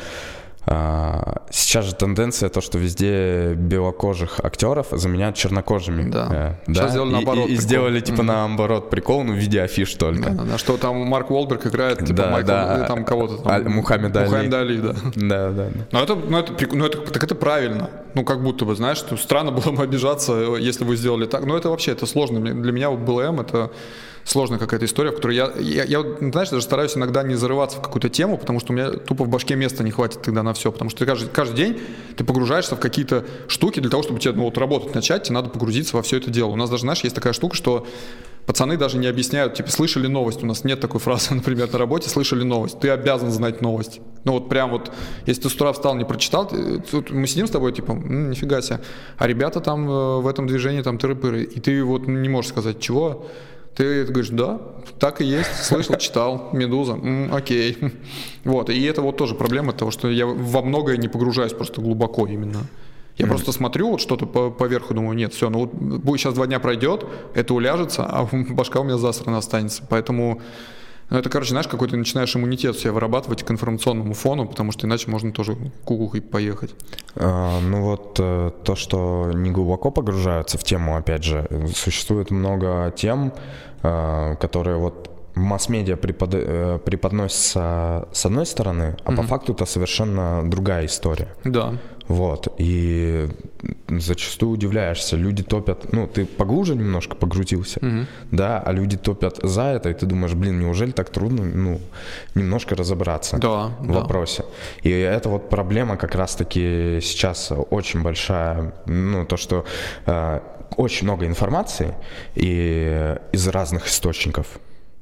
Сейчас же тенденция то, что везде белокожих актеров заменяют чернокожими. Да. Сейчас да? сделали наоборот. И, и сделали типа mm-hmm. наоборот прикол, ну в виде афиш только. Да, да, да. Что там Марк Уолберг играет, типа да, Майкл, да. там кого-то там. А, Мухаммед Али. Мухаммед Али, да. Да, да, да. Но это, ну это, ну это, так это правильно. Ну как будто бы, знаешь, что странно было бы обижаться, если вы сделали так. Но это вообще, это сложно. Для меня вот БЛМ это... сложная какая-то история, в которой я, я, я, знаешь, даже стараюсь иногда не зарываться в какую-то тему, потому что у меня тупо в башке места не хватит тогда на все, потому что ты каждый, каждый день ты погружаешься в какие-то штуки для того, чтобы тебе ну, вот, работать начать, тебе надо погрузиться во все это дело. У нас даже, знаешь, есть такая штука, что пацаны даже не объясняют, типа, слышали новость, у нас нет такой фразы, например, на работе, слышали новость, ты обязан знать новость. Ну вот прям вот, если ты с утра встал, не прочитал, тут мы сидим с тобой, типа, м, нифига себе, а ребята там э, в этом движении, там, тыры-пыры, и ты вот не можешь сказать, чего. Ты говоришь, да, так и есть, слышал, читал, «Медуза», м, окей. Вот, и это вот тоже проблема того, что я во многое не погружаюсь просто глубоко именно. Я mm-hmm. просто смотрю вот что-то по, поверху, думаю, нет, все, ну вот будет сейчас два дня пройдет, это уляжется, а башка у меня засрана останется. Поэтому, ну это, короче, знаешь, какой-то начинаешь иммунитет себе вырабатывать к информационному фону, потому что иначе можно тоже кукухой поехать. А, ну вот то, что не глубоко погружаются в тему, опять же, существует много тем, которые вот в масс-медиа препод... преподносятся с одной стороны, а mm-hmm. по факту это совершенно другая история. Да. Вот, и зачастую удивляешься, люди топят, ну, ты поглубже немножко погрузился, mm-hmm. да, а люди топят за это, и ты думаешь, блин, неужели так трудно, ну, немножко разобраться да, в да. вопросе. И это вот проблема как раз-таки сейчас очень большая, ну, то, что э, очень много информации и из разных источников.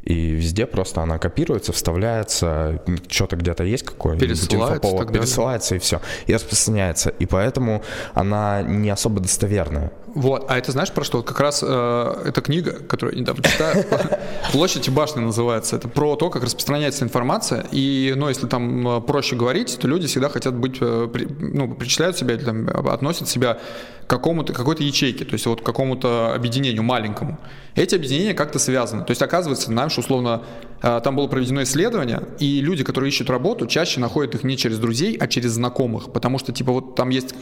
И везде просто она копируется, вставляется, что-то где-то есть какое-нибудь инфоповод, пересылается и все, и распространяется. И поэтому она не особо достоверная. Вот, а это знаешь про что? Как раз э, эта книга, которую я недавно читаю, «Площадь и башня» называется. Это про то, как распространяется информация. И, ну, если там проще говорить, то люди всегда хотят быть, ну, причисляют себя или там, относят себя к какому-то, какой-то ячейке, то есть вот к какому-то объединению маленькому. Эти объединения как-то связаны. То есть, оказывается, знаешь, условно, там было проведено исследование, и люди, которые ищут работу, чаще находят их не через друзей, а через знакомых, потому что, типа, вот там есть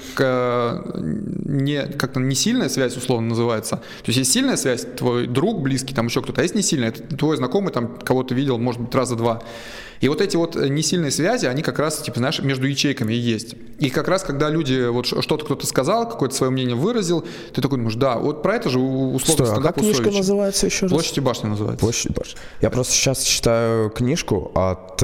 не, как-то не сильная связь, условно называется. То есть есть сильная связь, твой друг, близкий, там еще кто-то, а есть не сильная, это твой знакомый, там кого-то видел, может быть, раза два. И вот эти вот несильные связи, они как раз, типа, знаешь, между ячейками и есть. И как раз, когда люди, вот что-то кто-то сказал, какое-то свое мнение выразил, ты такой думаешь, да, вот про это же условно стендап Усович. А как книжка называется еще раз? «Площадь и башня» называется. «Площадь и башня». Я просто сейчас читаю книжку от...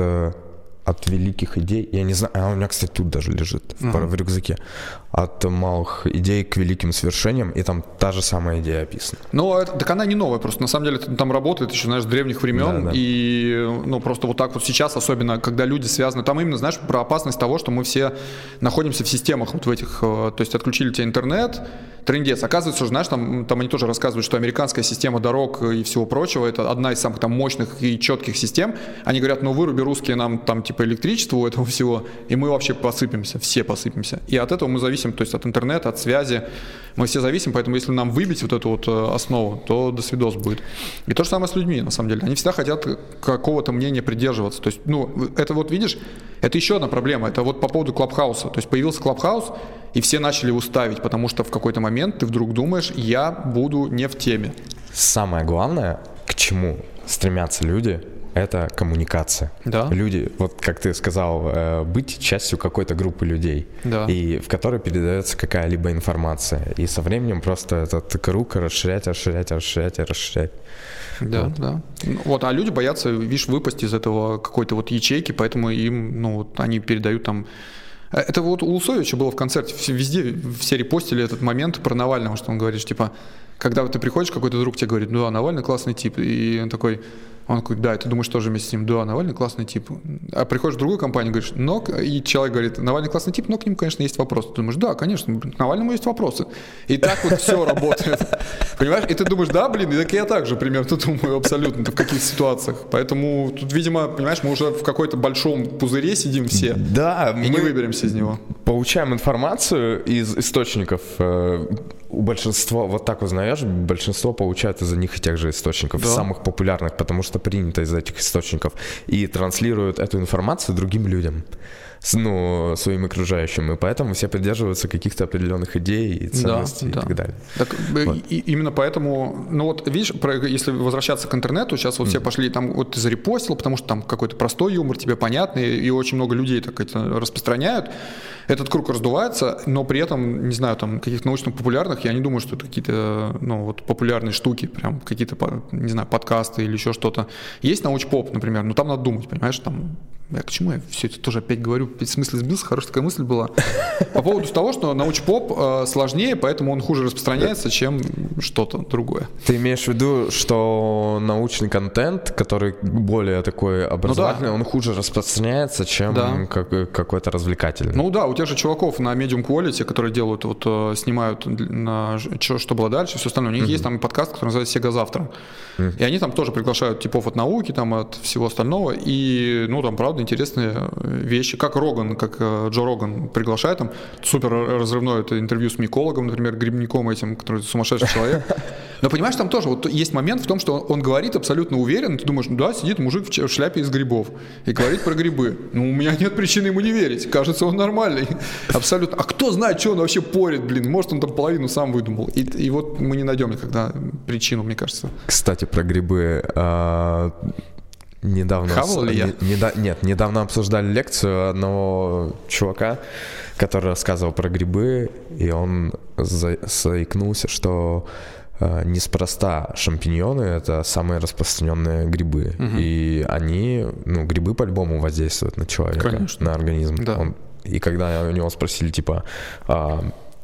от великих идей, я не знаю, а у меня, кстати, тут даже лежит в, uh-huh. в рюкзаке, от малых идей к великим свершениям, и там та же самая идея описана. Ну, это, так она не новая, просто на самом деле это там работает еще, знаешь, с древних времен, да, да. И, ну, просто вот так вот сейчас, особенно, когда люди связаны, там именно, знаешь, про опасность того, что мы все находимся в системах вот в этих, то есть отключили тебе интернет, трындец. Оказывается, что, знаешь, там, там они тоже рассказывают, что американская система дорог и всего прочего, это одна из самых там мощных и четких систем. Они говорят, ну, выруби русские нам там типа электричество у этого всего, и мы вообще посыпемся, все посыпемся. И от этого мы зависим, то есть от интернета, от связи, мы все зависим, поэтому если нам выбить вот эту вот основу, то до свидос будет. И то же самое с людьми, на самом деле. Они всегда хотят какого-то мнения придерживаться. То есть, ну, это вот, видишь, это еще одна проблема. Это вот по поводу Клабхауса. То есть появился Клабхаус, и все начали его ставить, потому что в какой-то момент ты вдруг думаешь, я буду не в теме. Самое главное, к чему стремятся люди, это коммуникация. Да. Люди, вот как ты сказал, быть частью какой-то группы людей, да. И в которой передается какая-либо информация. И со временем просто этот круг расширять, расширять, расширять и расширять. Да, вот. да. Вот, а люди боятся, видишь, выпасть из этого какой-то вот ячейки, поэтому им, ну, вот они передают там. Это вот у Усовича было в концерте, везде все репостили этот момент про Навального, что он говорит, типа, когда ты приходишь, какой-то друг тебе говорит, да, Навальный классный тип, и он такой, он такой, да, и ты думаешь тоже вместе с ним, да, Навальный классный тип. А приходишь в другую компанию, говоришь, но, и человек говорит, Навальный классный тип, но к нему, конечно, есть вопросы. Ты думаешь, да, конечно, к Навальному есть вопросы. И так вот все работает. Понимаешь? И ты думаешь, да, блин, и так я так же примерно думаю абсолютно в каких ситуациях. Поэтому тут, видимо, понимаешь, мы уже в какой-то большом пузыре сидим все. Да, и не выберемся из него. Получаем информацию из источников. У большинства, вот так узнаешь, большинство получают из них и тех же источников, да. Самых популярных, потому что принято из этих источников, и транслируют эту информацию другим людям, ну, своим окружающим, и поэтому все придерживаются каких-то определенных идей и ценностей, да, и да. так далее. Так, вот. и, именно поэтому, ну вот видишь, про, если возвращаться к интернету, сейчас вот mm. все пошли, там вот ты зарепостил, потому что там какой-то простой юмор, тебе понятный, и очень много людей так это распространяют, этот круг раздувается, но при этом, не знаю, там каких-то научно-популярных, я не думаю, что это какие-то, ну вот популярные штуки, прям какие-то, не знаю, подкасты или еще что-то. Есть научпоп, например, но там надо думать, понимаешь, там. Я к чему я все это тоже опять говорю? В смысле сбился? Хорошая такая мысль была. По поводу того, что научпоп э, сложнее, поэтому он хуже распространяется, чем что-то другое. Ты имеешь в виду, что научный контент, который более такой образовательный, ну, да. он хуже распространяется, чем да. как, какой-то развлекательный? Ну да, у тех же чуваков на Medium Quality, которые делают, вот снимают, на, что, что было дальше, все остальное. У них uh-huh. есть там подкаст, который называется «Сега завтра». Uh-huh. И они там тоже приглашают типов от науки, там, от всего остального. И, ну, там, правда, интересные вещи, как Роган, как Джо Роган приглашает, там супер разрывное это интервью с микологом, например, грибником этим, который сумасшедший человек. Но понимаешь, там тоже вот есть момент в том, что он говорит абсолютно уверенно, ты думаешь, ну да, сидит мужик в шляпе из грибов и говорит про грибы. Ну, у меня нет причины ему не верить, кажется, он нормальный. Абсолютно. А кто знает, что он вообще порит, блин, может, он там половину сам выдумал. И, и вот мы не найдем никогда причину, мне кажется. Кстати, про грибы. А... Недавно, Хавал ли я? Не, не, нет, недавно обсуждали лекцию одного чувака, который рассказывал про грибы, и он за, заикнулся, что э, неспроста шампиньоны — это самые распространенные грибы. Угу. И они, ну, грибы по-любому воздействуют на человека, конечно. На организм. Да. Он, и когда у него спросили, типа, а,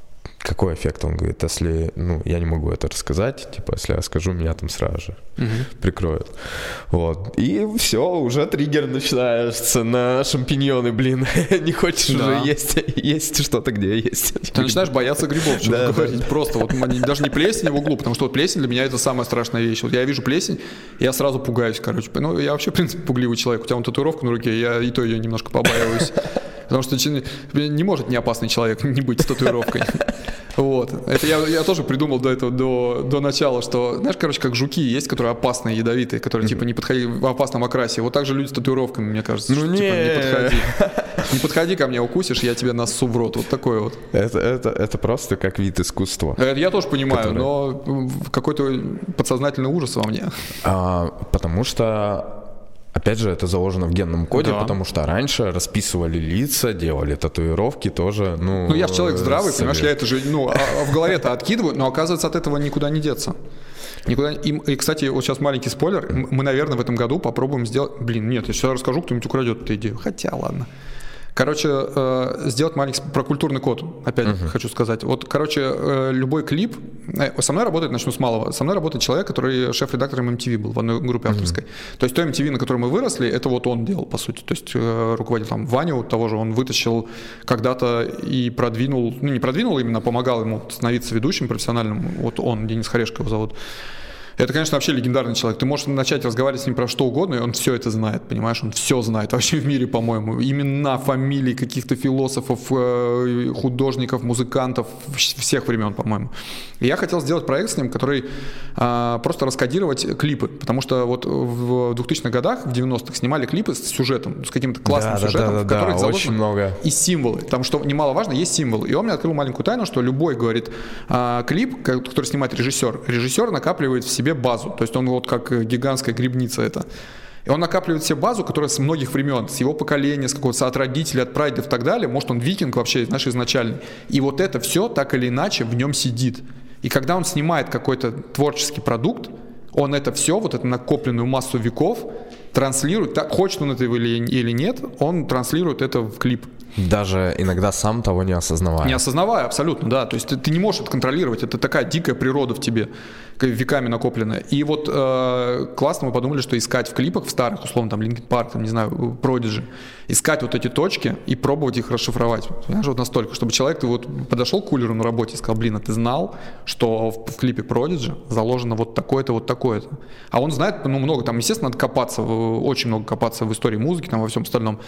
какой эффект? Он говорит, если, ну, я не могу это рассказать, типа, если я скажу, меня там сразу же угу. прикроют. Вот. И все, уже триггер начинается на шампиньоны, блин. Не хочешь да. уже есть, есть что-то, где есть. Ты начинаешь бояться грибов, что да, говорить. Да. Просто вот даже не плесень в углу, потому что вот плесень для меня это самая страшная вещь. Вот я вижу плесень, я сразу пугаюсь, короче. Ну, я вообще, в принципе, пугливый человек. У тебя вон татуировка на руке, я и то ее немножко побаиваюсь. Потому что не может не опасный человек не быть с татуировкой. Вот. Это я, я тоже придумал до этого, до, до начала, что, знаешь, короче, как жуки есть, которые опасные, ядовитые, которые, mm-hmm. типа, не подходи в опасном окрасе. Вот так же люди с татуировками, мне кажется, ну, что, не... типа, не подходи. Не подходи ко мне, укусишь, я тебе нассу в рот. Вот такое вот. Это, это, это просто как вид искусства. Это я тоже понимаю, который... но какой-то подсознательный ужас во мне. А, потому что... Опять же, это заложено в генном коде, да. потому что раньше расписывали лица, делали татуировки тоже, ну... Ну, я же человек здравый, совет. Понимаешь, я это же, ну, а в голове-то откидываю, но, оказывается, от этого никуда не деться. Никуда... И, и, кстати, вот сейчас маленький спойлер, мы, наверное, в этом году попробуем сделать... Блин, нет, я сейчас расскажу, кто-нибудь украдет эту идею. Хотя, ладно. Короче, э, сделать маленький про культурный код, опять uh-huh. хочу сказать. Вот, короче, э, любой клип, э, со мной работает, начну с малого, со мной работает человек, который шеф-редактором эм ти ви был в одной группе авторской. Uh-huh. То есть то эм ти ви, на котором мы выросли, это вот он делал, по сути. То есть э, руководил там Ваню, того же, он вытащил когда-то и продвинул, ну не продвинул именно, помогал ему становиться ведущим профессиональным. Вот он, Денис Харешко его зовут. Это, конечно, вообще легендарный человек. Ты можешь начать разговаривать с ним про что угодно, и он все это знает, понимаешь? Он все знает вообще в мире, по-моему. Имена, фамилии каких-то философов, художников, музыкантов всех времен, по-моему. И я хотел сделать проект с ним, который а, просто раскодировать клипы. Потому что вот в двухтысячных годах, в девяностых, снимали клипы с сюжетом, с каким-то классным да, сюжетом, да, да, в которых да, заложены очень много. И символы. Потому что немаловажно, есть символы. И он мне открыл маленькую тайну, что любой, говорит, а, клип, который снимает режиссер, режиссер накапливает в себе базу, то есть он вот как гигантская грибница это. И он накапливает себе базу, которая с многих времен, с его поколения, с какого-то, от родителей, от прадедов и так далее, может он викинг вообще, знаешь, изначальный. И вот это все так или иначе в нем сидит. И когда он снимает какой-то творческий продукт, он это все, вот эту накопленную массу веков транслирует, так, хочет он этого или, или нет, он транслирует это в клип. Даже иногда сам того не осознавая. Не осознавая, абсолютно, да. То есть ты, ты не можешь это контролировать, это такая дикая природа в тебе, веками накопленная. И вот э, классно мы подумали, что искать в клипах, в старых, условно, там, Linkin Park, там, не знаю, Prodigy, искать вот эти точки и пробовать их расшифровать. Понимаешь, вот настолько, чтобы человек, ты вот подошел к кулеру на работе и сказал, блин, а ты знал, что в, в клипе Prodigy заложено вот такое-то, вот такое-то. А он знает, ну, много, там, естественно, надо копаться, очень много копаться в истории музыки, там, во всем остальном.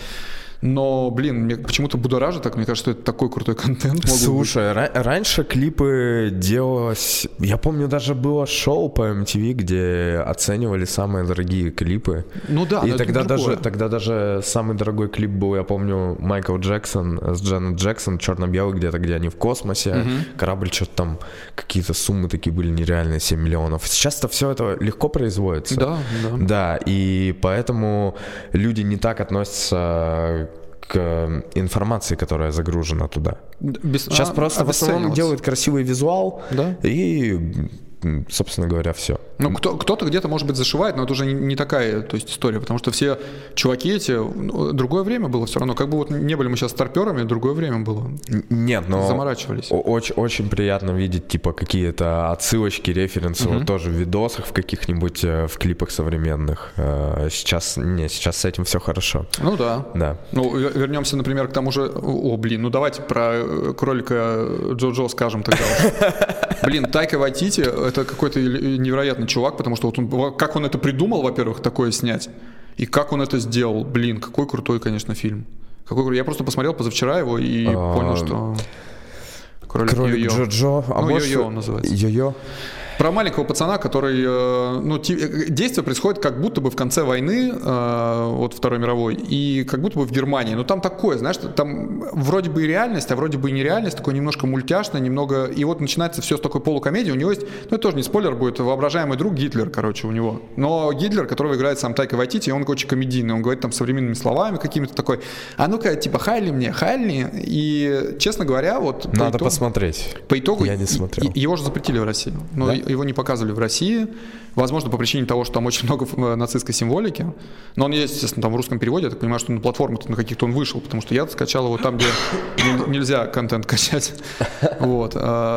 Но, блин, мне почему-то будоражит так, мне кажется, что это такой крутой контент. Слушай, ра- раньше клипы делалось... Я помню, даже было шоу по эм ти ви, где оценивали самые дорогие клипы. Ну да, и тогда даже, тогда даже самый дорогой клип был, я помню, Майкл Джексон с Джанет Джексон, черно-белый где-то, где они в космосе, угу. корабль, что-то там, какие-то суммы такие были нереальные, семь миллионов. Сейчас-то все это легко производится. Да, да. Да, и поэтому люди не так относятся к информации, которая загружена туда. Без, Сейчас а, просто в основном делают красивый визуал, да? И, собственно говоря, все. Ну, кто, кто-то где-то, может быть, зашивает, но это уже не, не такая, то есть, история, потому что все чуваки эти, ну, другое время было все равно, как бы вот не были мы сейчас старперами, другое время было. Нет, но заморачивались. Очень, очень приятно видеть, типа, какие-то отсылочки, референсы, угу. вот тоже в видосах, в каких-нибудь, в клипах современных. Сейчас, не, сейчас с этим все хорошо. Ну да. Да. Ну, вернемся, например, к тому же, о, блин, ну давайте про кролика Джо-Джо скажем тогда. Блин, Тайка Вайтити, это какой-то невероятный чувак, потому что вот он, как он это придумал, во-первых, такое снять, и как он это сделал. Блин, какой крутой, конечно, фильм. Какой, я просто посмотрел позавчера его и а, понял, что... Кролик, Кролик Йо-Йо. Джо-Джо. А ну, может... Йо-Йо он называется. Йо-Йо. Про маленького пацана, который, ну, действие происходит как будто бы в конце войны, вот Второй мировой, и как будто бы в Германии. Но там такое, знаешь, там вроде бы и реальность, а вроде бы и нереальность, такое немножко мультяшное, немного... И вот начинается все с такой полукомедии. У него есть, ну, это тоже не спойлер будет, воображаемый друг Гитлер, короче, у него. Но Гитлер, которого играет сам Тайка Вайтити, он очень комедийный, он говорит там современными словами какими-то такой, а ну-ка, типа, хайли мне, хайли. И, честно говоря, вот... Надо итогу, посмотреть. По итогу... Я не смотрел. Его же запретили в России. Но, да? его не показывали в России, возможно, по причине того, что там очень много нацистской символики, но он есть, естественно, там в русском переводе, я так понимаю, что на платформах на каких-то он вышел, потому что я скачал его там, где нельзя контент качать, вот,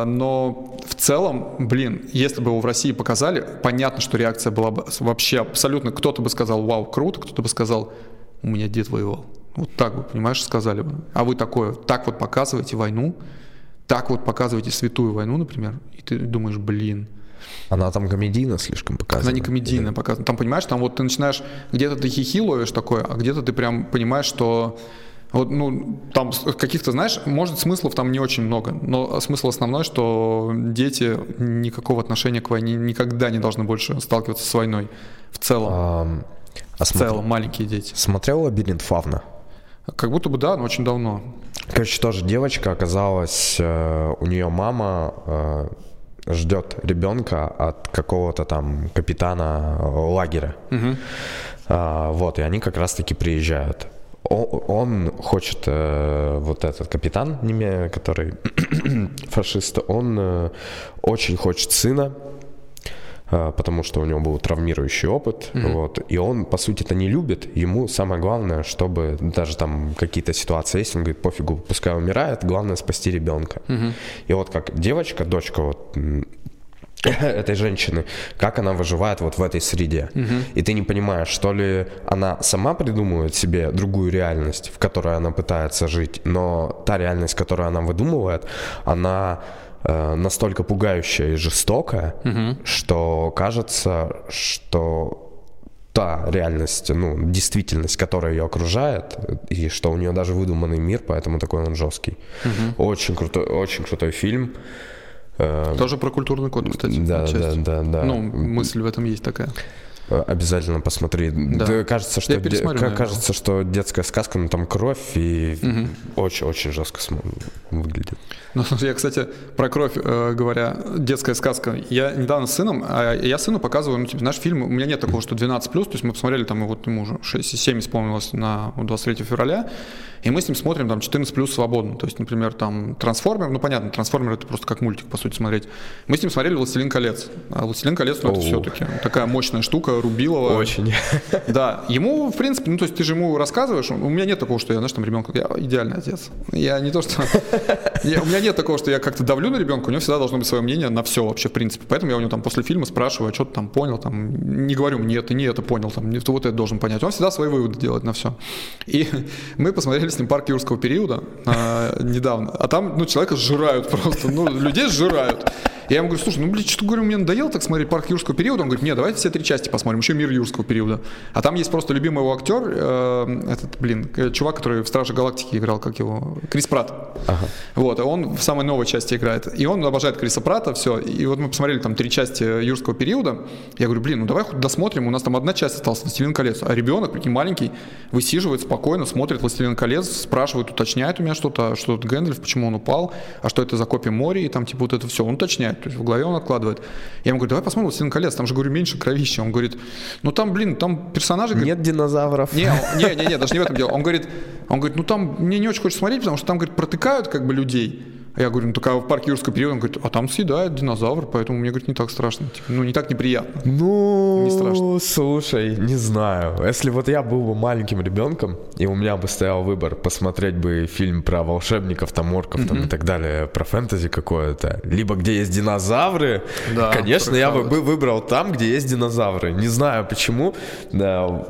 но в целом, блин, если бы его в России показали, понятно, что реакция была бы вообще абсолютно, кто-то бы сказал, вау, круто, кто-то бы сказал, у меня дед воевал, вот так бы, понимаешь, сказали бы, а вы такое, так вот показываете войну, так вот показываете святую войну, например, и ты думаешь, блин. Она там комедийно слишком показана. Она не комедийная Или... показана. Там, понимаешь, там вот ты начинаешь, где-то ты хихи ловишь такое, а где-то ты прям понимаешь, что вот, ну, там каких-то, знаешь, может, смыслов там не очень много, но смысл основной, что дети никакого отношения к войне никогда не должны больше сталкиваться с войной. В целом. А, а в смотр... целом, маленькие дети. Смотрел «Лабиринт Фавна»? Как будто бы да, но очень давно. Короче, тоже девочка оказалась, э, у нее мама э, ждет ребенка от какого-то там капитана лагеря. Угу. А, вот, и они как раз-таки приезжают. Он, он хочет, э, вот этот капитан, который фашист, он э, очень хочет сына, потому что у него был травмирующий опыт, mm-hmm. вот, и он, по сути, это не любит, ему самое главное, чтобы даже там какие-то ситуации есть, он говорит, пофигу, пускай умирает, главное спасти ребенка. Mm-hmm. И вот как девочка, дочка вот этой женщины, как она выживает вот в этой среде. Mm-hmm. И ты не понимаешь, что ли она сама придумывает себе другую реальность, в которой она пытается жить, но та реальность, которую она выдумывает, она настолько пугающая и жестокая, угу. что кажется, что та реальность, ну, действительность, которая ее окружает, и что у нее даже выдуманный мир, поэтому такой он жесткий. Угу. Очень крутой, очень крутой фильм. Тоже про культурный код, кстати. Да, да, да, да. Ну, мысль в этом есть такая. Обязательно посмотри. Да. Да, кажется, что де... кажется, что детская сказка, ну там кровь и очень-очень угу. жестко выглядит. Ну, я, кстати, про кровь э, говоря, детская сказка. Я недавно с сыном, а я сыну показываю, ну, типа, наш фильм, у меня нет такого, что двенадцать плюс, то есть мы посмотрели, там, вот ему уже шесть-семь исполнилось на двадцать третьего февраля, и мы с ним смотрим там четырнадцать плюс свободно. То есть, например, там «Трансформер», ну, понятно, «Трансформер» — это просто как мультик, по сути, смотреть. Мы с ним смотрели «Властелин колец». А «Властелин колец», ну, это все-таки такая мощная штука, Рубилова. Очень. Да. Ему, в принципе, ну, то есть ты же ему рассказываешь, у меня нет такого, что я, знаешь, там ребенка, я идеальный отец. Я не то, что... У меня нет такого, что я как-то давлю на ребенка, у него всегда должно быть свое мнение на все вообще, в принципе. Поэтому я у него там после фильма спрашиваю, а что ты там понял, там, не говорю, нет, ты не это понял, там, не вот это должен понять. Он всегда свои выводы делает на все. И мы посмотрели с ним «Парк юрского периода» а, недавно, а там, ну, человека сжирают просто, ну, людей сжирают. Я ему говорю, слушай, ну, блин, что-то, говорю, мне надоело так смотреть «Парк юрского периода». Он говорит, нет, давайте все три части посмотрим, еще «Мир юрского периода». А там есть просто любимый его актер, э, этот, блин, чувак, который в «Страже Галактики» играл, как его, Крис Пратт. Ага. Вот, он в самой новой части играет. И он обожает Криса Пратта, все. И вот мы посмотрели там три части юрского периода. Я говорю, блин, ну давай хоть досмотрим, у нас там одна часть осталась, «Властелин колец». А ребенок, прикинь, маленький, высиживает спокойно, смотрит «Властелин колец», спрашивает, уточняет у меня что-то, что тут Гэндальф, почему он упал, а что это за копия Мории, и там типа вот это все. Он уточняет, то есть в голове он откладывает. Я ему говорю, давай посмотрим «Властелин колец», там же, говорю, меньше кровища. Он говорит, ну там, блин, там персонажи... Нет говорит, динозавров. Не, не, не, не, даже не в этом дело. Он говорит, он говорит, ну там мне не очень хочется смотреть, потому что там, говорит, протыкают как бы людей. А я говорю, ну так а в «Парке юрского периода», он говорит, а там съедают динозавр, поэтому мне, говорит, не так страшно. Типа, ну не так неприятно. Ну, не страшно. Слушай, не знаю. Если вот я был бы маленьким ребенком, и у меня бы стоял выбор посмотреть бы фильм про волшебников, там, орков, mm-hmm. там, и так далее, про фэнтези какое-то, либо где есть динозавры, да, конечно, я бы выбрал там, где есть динозавры. Не знаю почему, да.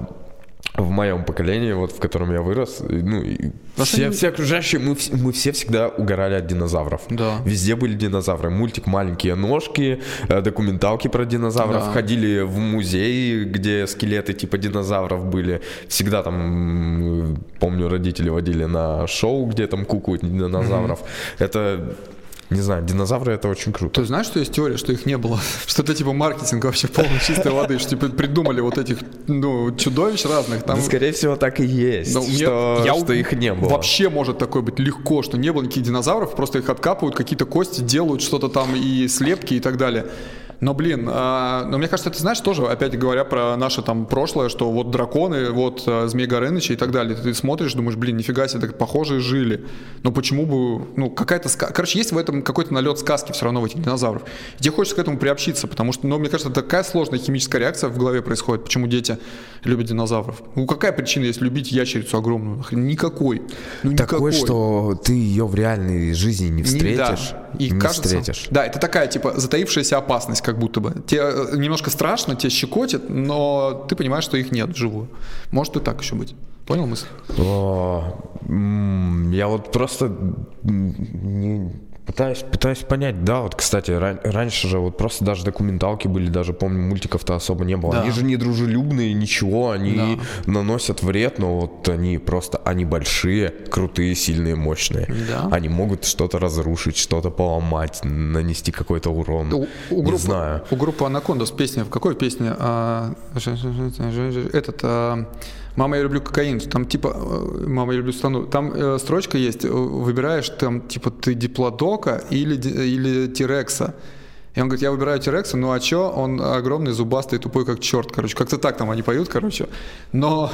В моем поколении, вот в котором я вырос, ну, все, все окружающие, мы, мы все всегда угорали от динозавров. Да. Везде были динозавры. Мультик «Маленькие ножки», документалки про динозавров, да. Ходили в музей, где скелеты типа динозавров были. Всегда там, помню, родители водили на шоу, где там кукают динозавров. Mm-hmm. Это... Не знаю, динозавры — это очень круто. Ты знаешь, что есть теория, что их не было? Что это типа маркетинг вообще полной чистой воды, что типа придумали вот этих, ну, чудовищ разных. Там... Да, скорее всего, так и есть, ну, что, я... что их не было. Вообще может такое быть легко, что не было никаких динозавров, просто их откапывают, какие-то кости делают, что-то там и слепки и так далее. Но, блин, а, но мне кажется, ты знаешь, тоже, опять говоря про наше там прошлое, что вот драконы, вот а, Змей Горыныча и так далее. Ты, ты смотришь, думаешь, блин, нифига себе, так похожие жили. Но почему бы, ну, какая-то сказка. Короче, есть в этом какой-то налет сказки все равно в этих динозавров. И тебе хочется к этому приобщиться, потому что, ну, мне кажется, такая сложная химическая реакция в голове происходит, почему дети любят динозавров. Ну, какая причина есть любить ящерицу огромную? Никакой. Ну, Такой, никакой. что ты ее в реальной жизни не встретишь. Да. И не кажется, встретишь. Да, это такая, типа, затаившаяся опасность, как будто бы. Тебе немножко страшно, тебе щекотит, но ты понимаешь, что их нет вживую. Может и так еще быть. Понял мысль? О, я вот просто не... Пытаюсь, пытаюсь понять, да, вот, кстати, ран- раньше же вот просто даже документалки были, даже, помню, мультиков-то особо не было. Да. Они же не дружелюбные, ничего, они да. наносят вред, но вот они просто, они большие, крутые, сильные, мощные. Да. Они могут что-то разрушить, что-то поломать, нанести какой-то урон, у, у не группы, знаю. У группы Анакондас песня, в какой песне? А, этот... А... «Мама, я люблю кокаин», там типа «Мама, я люблю страну», там э, строчка есть, выбираешь там типа ты диплодока или, или тирекса. И он говорит, я выбираю тирекса, ну а чё, он огромный, зубастый, тупой как черт, короче, как-то так там они поют, короче. Но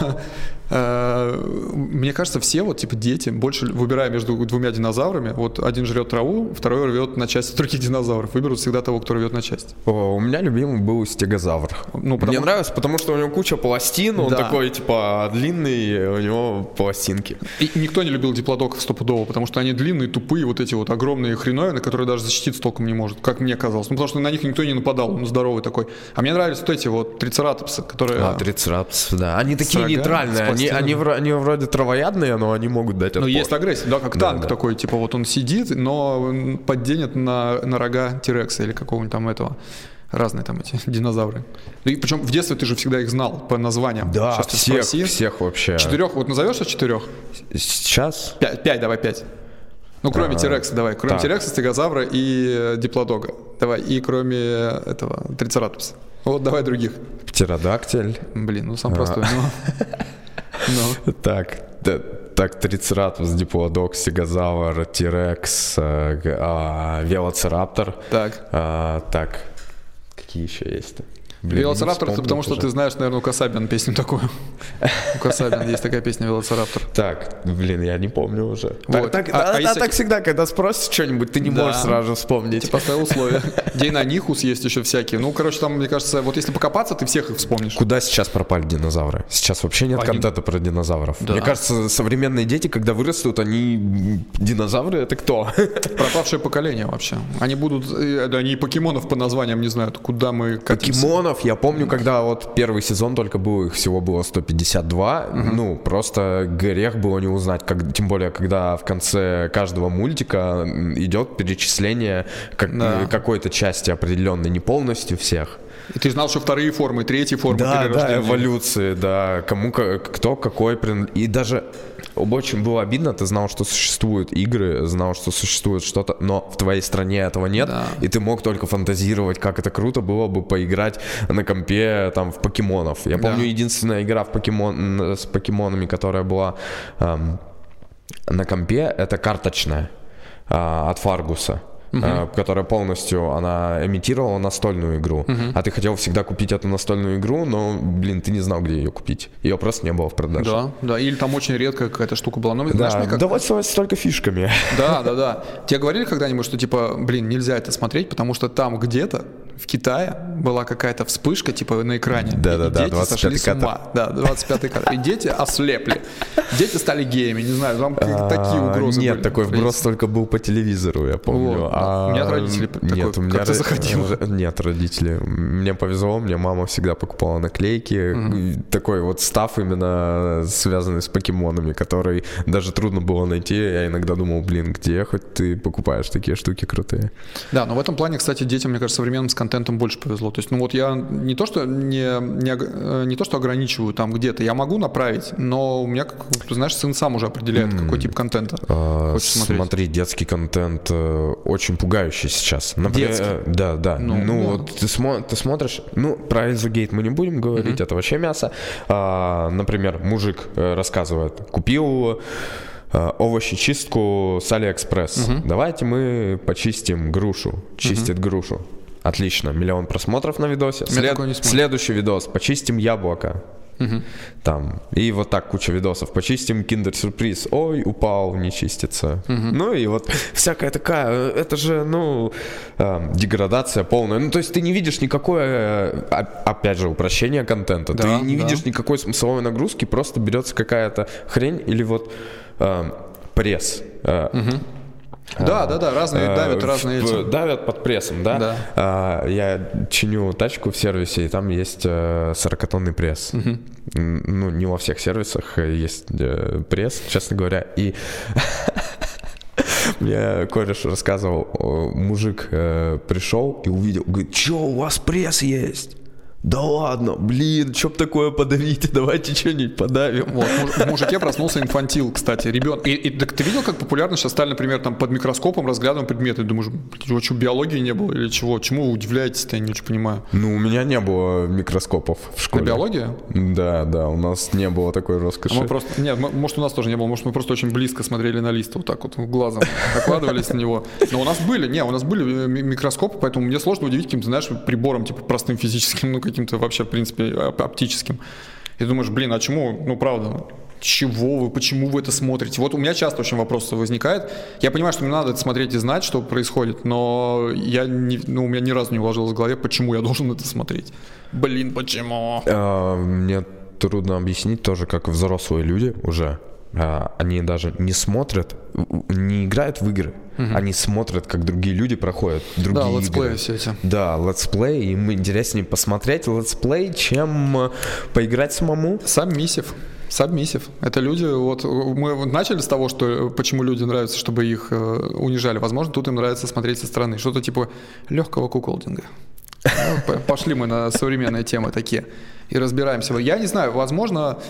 э, мне кажется, все вот типа дети, больше выбирая между двумя динозаврами, вот один жрет траву, второй рвет на части других динозавров, выберут всегда того, кто рвет на части. О, у меня любимый был стегозавр. Ну, потому... Мне нравится, потому что у него куча пластин, он да. такой типа длинный, у него пластинки. И никто не любил диплодоков стопудово, потому что они длинные, тупые, вот эти вот огромные хреновины, которые даже защититься толком не может, как мне казалось. Ну, потому что на них никто не нападал, он здоровый такой. А мне нравились вот эти вот трицератопсы, которые... А, трицератопсы, да. Они такие рога, нейтральные, они, они, они вроде травоядные, но они могут дать отпор. Ну, есть агрессия, да, как да, танк да. такой, типа вот он сидит, но подденет на, на рога тирекса или какого-нибудь там этого. Разные там эти динозавры. И причем в детстве ты же всегда их знал по названиям. Да, сейчас всех, всех вообще. Четырех, вот назовешь от четырех? Сейчас? Пять, пять давай, пять. Ну, кроме А-а-а. Тирекса, давай. Кроме так. Тирекса, стегозавра и диплодога. Давай. И кроме этого, трицератопса. Вот давай других. Птеродактиль. Блин, ну сам простой. Так, так, трицератопс, диплодок, стегозавр, тирекс, велоцираптор. Так. Так, какие еще есть-то? Блин, Велоцираптор, это потому что уже. Ты знаешь, наверное, у Касабина песню такую. У Касабина есть такая песня «Велоцираптор». Так, блин, я не помню уже. Вот. Так, а, а, а если... так всегда, когда спросишь что-нибудь, ты не да. можешь сразу вспомнить. Ты поставил условия. Дейнонихус есть еще всякие. Ну, короче, там, мне кажется, вот если покопаться, ты всех их вспомнишь. Куда сейчас пропали динозавры? Сейчас вообще нет они... контента про динозавров. Да. Мне кажется, современные дети, когда вырастут, они... Динозавры — это кто? Пропавшее поколение вообще. Они будут... Они покемонов по названиям не знают, куда мы катимся. Покемонов, я помню, когда вот первый сезон только был, их всего было сто пятьдесят два, uh-huh. ну, просто грех было не узнать, как, тем более, когда в конце каждого мультика идет перечисление как, да. какой-то части определенной, не полностью всех. И ты знал, что вторые формы, третьи формы да, перерождения. Да, эволюции, да, кому, кто какой принадлежит. И даже очень было обидно, ты знал, что существуют игры, знал, что существует что-то, но в твоей стране этого нет, да. и ты мог только фантазировать, как это круто было бы поиграть на компе там в покемонов. Я помню, да. единственная игра в покемон, с покемонами, которая была эм, на компе, это карточная э, от Фаргуса. Uh-huh. которая полностью, она имитировала настольную игру. Uh-huh. А ты хотел всегда купить эту настольную игру, но, блин, ты не знал, где ее купить. Ее просто не было в продаже. Да, да, или там очень редкая какая-то штука была. Но, да, знаешь, мне как... довольствоваться только фишками. Да, да, да. Тебе говорили когда-нибудь, что типа, блин, нельзя это смотреть, потому что там где-то в Китае была какая-то вспышка, типа, на экране. Да-да-да, двадцать пятый кадр. Да, двадцать пятый кадр. И дети ослепли. Дети стали геями, не знаю, там такие угрозы были. Нет, такой вброс только был по телевизору, я помню. А... У меня родители нет, такой, у меня как ты заходил? Нет, родители. Мне повезло, мне мама всегда покупала наклейки. Mm-hmm. Такой вот стаф именно связанный с покемонами, который даже трудно было найти. Я иногда думал, блин, где хоть ты покупаешь такие штуки крутые. Да, но в этом плане, кстати, детям, мне кажется, современным с контентом больше повезло. То есть, ну вот я не то, что не, не, не то, что ограничиваю там где-то, я могу направить, но у меня, ты знаешь, сын сам уже определяет, mm-hmm. какой тип контента а, хочет смотреть. Смотри, детский контент очень пугающий сейчас. Например, детский? Да, да. Ну, ну да. вот ты, смо- ты смотришь, ну, про Эльзугейт мы не будем говорить, mm-hmm. это вообще мясо. А, например, мужик рассказывает, купил овощечистку с Алиэкспресс. Uh-huh. Давайте мы почистим грушу. Чистит uh-huh. грушу. Отлично, миллион просмотров на видосе. След... Следующий видос. Почистим яблоко. Угу. Там. И вот так куча видосов. Почистим киндер-сюрприз. Ой, упал, не чистится. Угу. Ну и вот всякая такая, это же, ну, э, деградация полная. Ну, то есть ты не видишь никакое, э, опять же, упрощение контента. Да, ты не да. видишь никакой смысловой нагрузки, просто берется какая-то хрень или вот э, пресс. Э, угу. Да, да, да, разные давят, разные эти. Давят под прессом, да? Да. А, я чиню тачку в сервисе, и там есть сорокатонный пресс. Угу. Ну, не во всех сервисах есть пресс, честно говоря. И мне кореш рассказывал, мужик пришел и увидел, говорит, что у вас пресс есть? Да ладно, блин, что б такое подавите, давайте что-нибудь подавим. Вот, в мужике проснулся инфантил, кстати, ребенок. И, и так ты видел, как популярно сейчас стали, например, там под микроскопом разглядываем предметы? Думаешь, блин, что, биологии не было или чего? Чему вы удивляетесь-то, я не очень понимаю. Ну, у меня не было микроскопов в школе. На биологии? Да, да, у нас не было такой роскоши. А мы просто, нет, может, у нас тоже не было, может, мы просто очень близко смотрели на лист, вот так вот глазом накладывались на него. Но у нас были, не, у нас были микроскопы, поэтому мне сложно удивить каким-то, знаешь, прибором, типа простым физическим, ну, каким-то вообще, в принципе, оптическим. И думаешь, блин, а чему, ну, правда, чего вы, почему вы это смотрите? Вот у меня часто очень вопрос возникает. Я понимаю, что мне надо это смотреть и знать, что происходит, но я не, ну, у меня ни разу не уложилось в голове, почему я должен это смотреть. Блин, почему? А, мне трудно объяснить тоже, как взрослые люди уже. А, они даже не смотрят, не играют в игры, угу. они смотрят, как другие люди проходят другие да, игры. летсплеи все эти. Да, летсплей, им интереснее посмотреть летсплей, чем поиграть самому. Сабмиссив. Сабмиссив. Это люди, вот мы начали с того, что почему людям нравится, чтобы их унижали. Возможно, тут им нравится смотреть со стороны. Что-то типа легкого куколдинга. Пошли мы на современные темы такие и разбираемся. Я не знаю, возможно...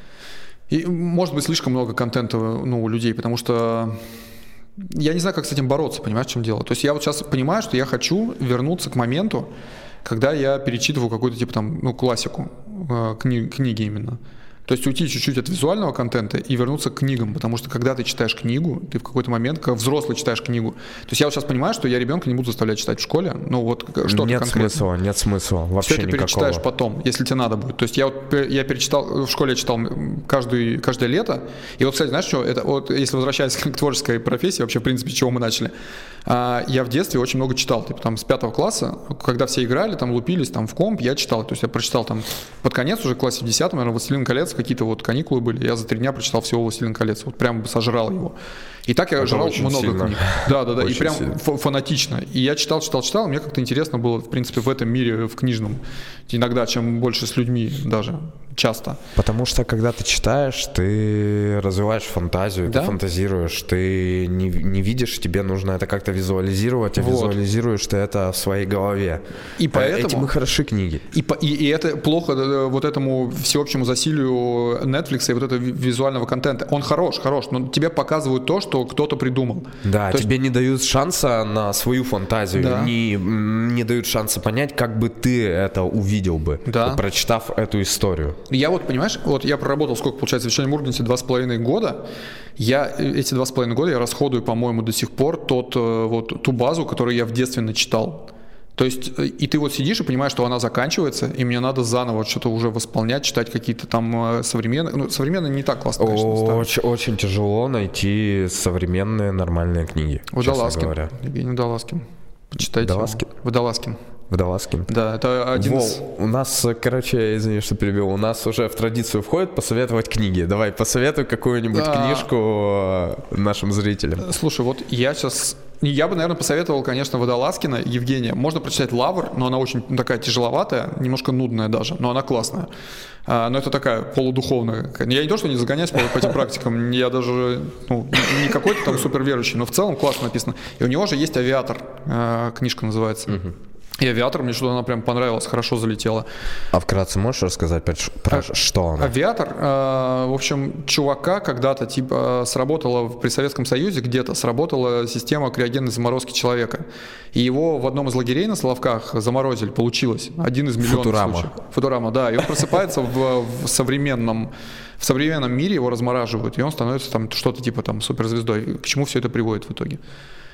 И может быть слишком много контента, ну, у людей, потому что я не знаю, как с этим бороться, понимаешь, в чем дело. То есть я вот сейчас понимаю, что я хочу вернуться к моменту, когда я перечитываю какую-то типа там, ну, классику, э, кни- книги именно. То есть уйти чуть-чуть от визуального контента и вернуться к книгам, потому что когда ты читаешь книгу, ты в какой-то момент, как взрослый читаешь книгу. То есть я вот сейчас понимаю, что я ребенка не буду заставлять читать в школе, ну вот что-то нет конкретно. Смысла, нет смысла, вообще все это никакого. Перечитаешь потом, если тебе надо будет. То есть я вот я перечитал, в школе я читал каждый, каждое лето, и вот, кстати, знаешь что, это вот если возвращаясь к творческой профессии, вообще, в принципе, с чего мы начали, я в детстве очень много читал, типа там с пятого класса, когда все играли, там лупились, там в комп, я читал, то есть я прочитал там под конец уже в классе в десятом, наверное, «Властелин колец», какие-то вот каникулы были, я за три дня прочитал всего «Властелин колец», вот прям сожрал его. И так я это жрал много сильно. Книг. Да, да, да, очень и прям сильно. Фанатично. И я читал, читал, читал, мне как-то интересно было, в принципе, в этом мире, в книжном, иногда, чем больше с людьми даже, часто. Потому что, когда ты читаешь, ты развиваешь фантазию, да? Ты фантазируешь, ты не, не видишь, тебе нужно это как-то визуализировать, а вот. Визуализируешь ты это в своей голове. И поэтому... Этим и хороши книги. И, и, и это плохо вот этому всеобщему засилию Netflix и вот этого визуального контента. Он хорош, хорош, но тебе показывают то, что кто-то придумал. Да, то тебе есть... не дают шанса на свою фантазию, да. не, не дают шанса понять, как бы ты это увидел бы, да. прочитав эту историю. Я вот, понимаешь, вот я проработал, сколько получается, в «Вечернем Урганте» два с половиной года. Я эти два с половиной года я расходую, по-моему, до сих пор тот, вот, ту базу, которую я в детстве начитал. То есть, и ты вот сидишь и понимаешь, что она заканчивается, и мне надо заново что-то уже восполнять, читать какие-то там современные... Ну, современные не так классно, конечно, очень, очень тяжело найти современные нормальные книги, Водолазкин, Евгений Водолазкин. Почитайте Водолазкин? его. Водолазкин. Водолазкин. Да, это один Вол, из... у нас, короче, извини, что перебил, у нас уже в традицию входит посоветовать книги. Давай, посоветуй какую-нибудь а... книжку нашим зрителям. Слушай, вот я сейчас... Я бы, наверное, посоветовал, конечно, Водолазкина, Евгения. Можно прочитать «Лавр», но она очень такая тяжеловатая, немножко нудная даже, но она классная. А, но это такая полудуховная. Я не то, что не загоняюсь по, по этим практикам, я даже ну, не какой-то там суперверующий, но в целом классно написано. И у него же есть «Авиатор», книжка называется. Угу. И «Авиатор», мне что-то она прям понравилась, хорошо залетела. А вкратце можешь рассказать про а, что она? «Авиатор», э, в общем, чувака когда-то типа сработала при Советском Союзе где-то, сработала система криогенной заморозки человека. И его в одном из лагерей на Соловках заморозили, получилось. Один из миллионов Футурама. случаев. Футурама, да. И он просыпается в, в современном... В современном мире его размораживают, и он становится там что-то типа там суперзвездой. К чему все это приводит в итоге?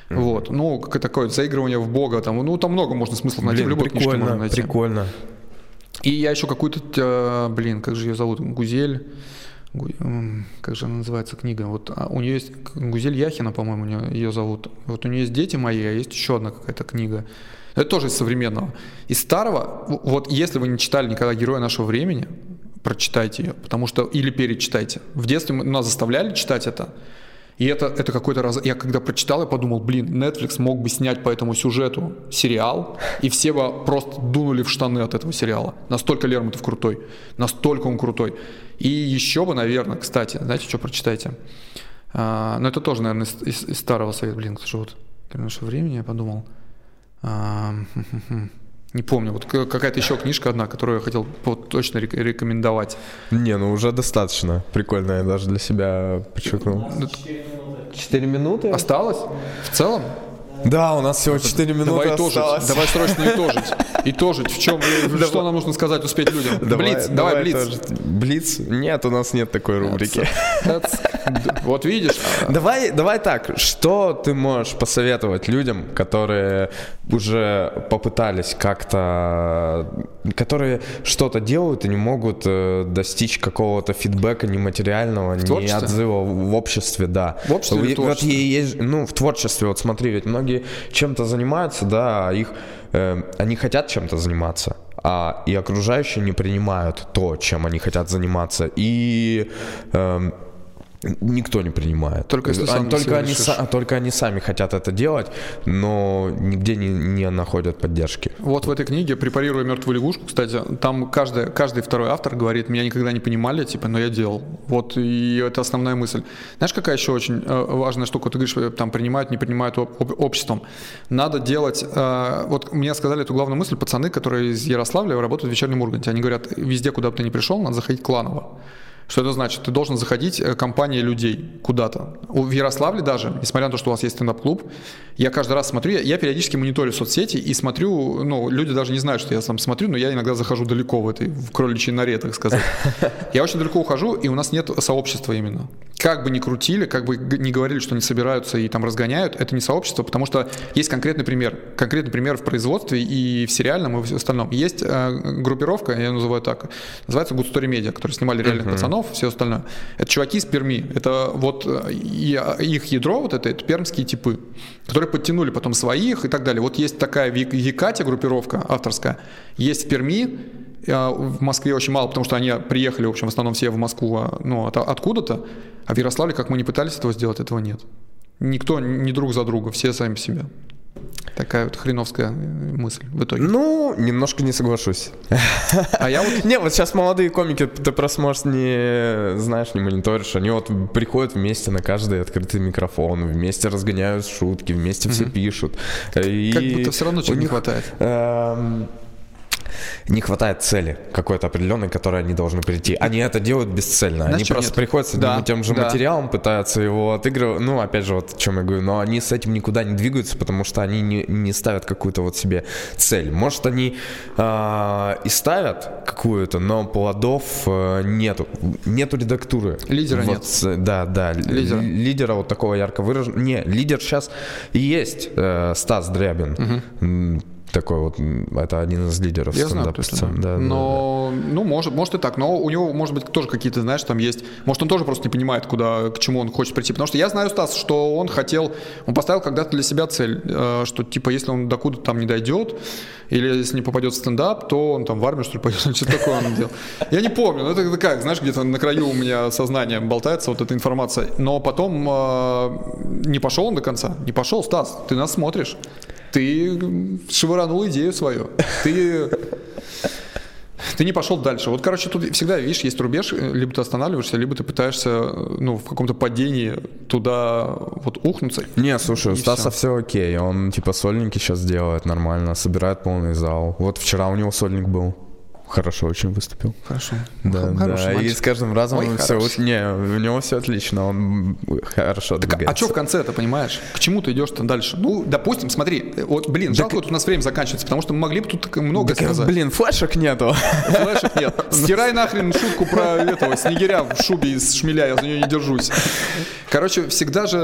Mm-hmm. Вот, ну, как такое заигрывание в Бога, там, ну, там много можно смыслов найти, блин, в любой книжке можно найти. Прикольно. И я еще какую-то, блин, как же ее зовут, Гузель, как же она называется книга, вот у нее есть, Гузель Яхина, по-моему, у нее, ее зовут, вот у нее есть «Дети мои», а есть еще одна какая-то книга, это тоже из современного. Из старого, вот если вы не читали никогда «Героя нашего времени», прочитайте ее, потому что, или перечитайте. В детстве нас заставляли читать это, и это, это какой-то раз... Я когда прочитал, я подумал, блин, Netflix мог бы снять по этому сюжету сериал, и все бы просто дунули в штаны от этого сериала. Настолько Лермонтов крутой, настолько он крутой. И еще бы, наверное, кстати, знаете, что прочитайте? А, ну, это тоже, наверное, из, из, из старого совета. Блин, кто же вот в наше время, я подумал. А, не помню, вот какая-то еще книжка одна, которую я хотел вот, точно рекомендовать. Не, ну уже достаточно. Прикольно, я даже для себя подчеркнул. Четыре минуты? Осталось? В целом? Да, у нас всего четыре минуты осталось. Давай срочно итожить. Итожить, в чем, что нам нужно сказать, успеть людям? Давай, Блиц, давай, давай Блиц. Тоже. Блиц? Нет, у нас нет такой рубрики. That's, that's, вот видишь. Давай, давай так, что ты можешь посоветовать людям, которые уже попытались как-то, которые что-то делают и не могут достичь какого-то фидбэка ни материального, ни отзыва в обществе, да. В обществе или в творчестве? Вот есть, ну, в творчестве, вот смотри, ведь многие чем-то занимаются, да, их, э, они хотят чем-то заниматься, а и окружающие не принимают то, чем они хотят заниматься, и э, никто не принимает. Только если сам только они, са, только они сами хотят это делать, но нигде не, не находят поддержки. Вот в этой книге «Препарируя мертвую лягушку», кстати, там каждый, каждый второй автор говорит, меня никогда не понимали, типа, но я делал. Вот, и это основная мысль. Знаешь, какая еще очень э, важная штука? Ты говоришь, там, принимают, не принимают об, об, обществом. Надо делать... Э, вот мне сказали эту главную мысль пацаны, которые из Ярославля работают в «Вечернем Урганте». Они говорят, везде, куда бы ты ни пришел, надо заходить кланово. Что это значит? Ты должен заходить компанией людей куда-то. В Ярославле даже, несмотря на то, что у вас есть стендап-клуб, я каждый раз смотрю, я, я периодически мониторю соцсети и смотрю, ну, люди даже не знают, что я там смотрю, но я иногда захожу далеко в этой, в кроличьей норе, так сказать. Я очень далеко ухожу, и у нас нет сообщества именно. Как бы ни крутили, как бы ни говорили, что они собираются и там разгоняют, это не сообщество, потому что есть конкретный пример. Конкретный пример в производстве и в сериальном, и в остальном. Есть э, группировка, я ее называю так, называется Good Story Media, которые снимали реальных uh-huh. пацанов, все остальное. Это чуваки из Перми. Это вот и, их ядро, вот это, это пермские типы, которые подтянули потом своих и так далее. Вот есть такая в Екате группировка авторская, есть в Перми, в Москве очень мало, потому что они приехали, в общем, в основном все в Москву, ну, от, откуда-то, а в Ярославле, как мы не пытались этого сделать, этого нет. Никто не друг за друга, все сами по себе. Такая вот хреновская мысль в итоге. Ну, немножко не соглашусь. А я вот... Не, вот сейчас молодые комики, ты просто, может, не знаешь, не мониторишь. Они вот приходят вместе на каждый открытый микрофон, вместе разгоняют шутки, вместе все пишут. И как будто все равно чего не хватает. Не хватает цели какой-то определенной, к которой они должны прийти. Они это делают бесцельно. Знаешь, они просто нет? приходят с одним да, и тем же да. материалом, пытаются его отыгрывать. Ну, опять же, вот о чем я говорю. Но они с этим никуда не двигаются, потому что они не, не ставят какую-то вот себе цель. Может, они э, и ставят какую-то, но плодов э, нету. Нету редактуры. Лидера вот, нет. Да, да. Лидера. Лидера вот такого ярко выраженного. Не, лидер сейчас и есть э, Стас Дрябин. Угу. Такой вот, это один из лидеров. Я знаю, кто это. Да, но, да, да. ну, может, может и так, но у него, может быть, тоже какие-то, знаешь, там есть, может, он тоже просто не понимает, куда, к чему он хочет прийти, потому что я знаю Стаса, что он хотел, он поставил когда-то для себя цель, что, типа, если он докуда-то там не дойдет, или если не попадет в стендап, то он там в армию, что ли, пойдет, или что-то такое он делал. Я не помню, но это как, знаешь, где-то на краю у меня сознания болтается вот эта информация, но потом не пошел он до конца, не пошел, Стас, ты нас смотришь. Ты шевыранул идею свою. Ты, ты не пошел дальше. Вот, короче, тут всегда, видишь, есть рубеж. Либо ты останавливаешься, либо ты пытаешься, ну, в каком-то падении туда вот ухнуться. Не, слушай, у Стаса все. все окей. Он, типа, сольники сейчас делает нормально, собирает полный зал. Вот вчера у него сольник был. хорошо очень выступил. Хорошо. Да, Хороший да. И мальчик. с каждым разом Ой, все хороший. не, у него все отлично, он хорошо Так, а двигается. что в конце-то, понимаешь? К чему ты идешь-то дальше? Ну, допустим, смотри, вот, блин, жалко, вот у нас время заканчивается, потому что мы могли бы тут так много Так, сказать. блин, флешек нету. Флешек нет. Стирай нахрен шутку про этого снегиря в шубе из шмеля, я за нее не держусь. Короче, всегда же,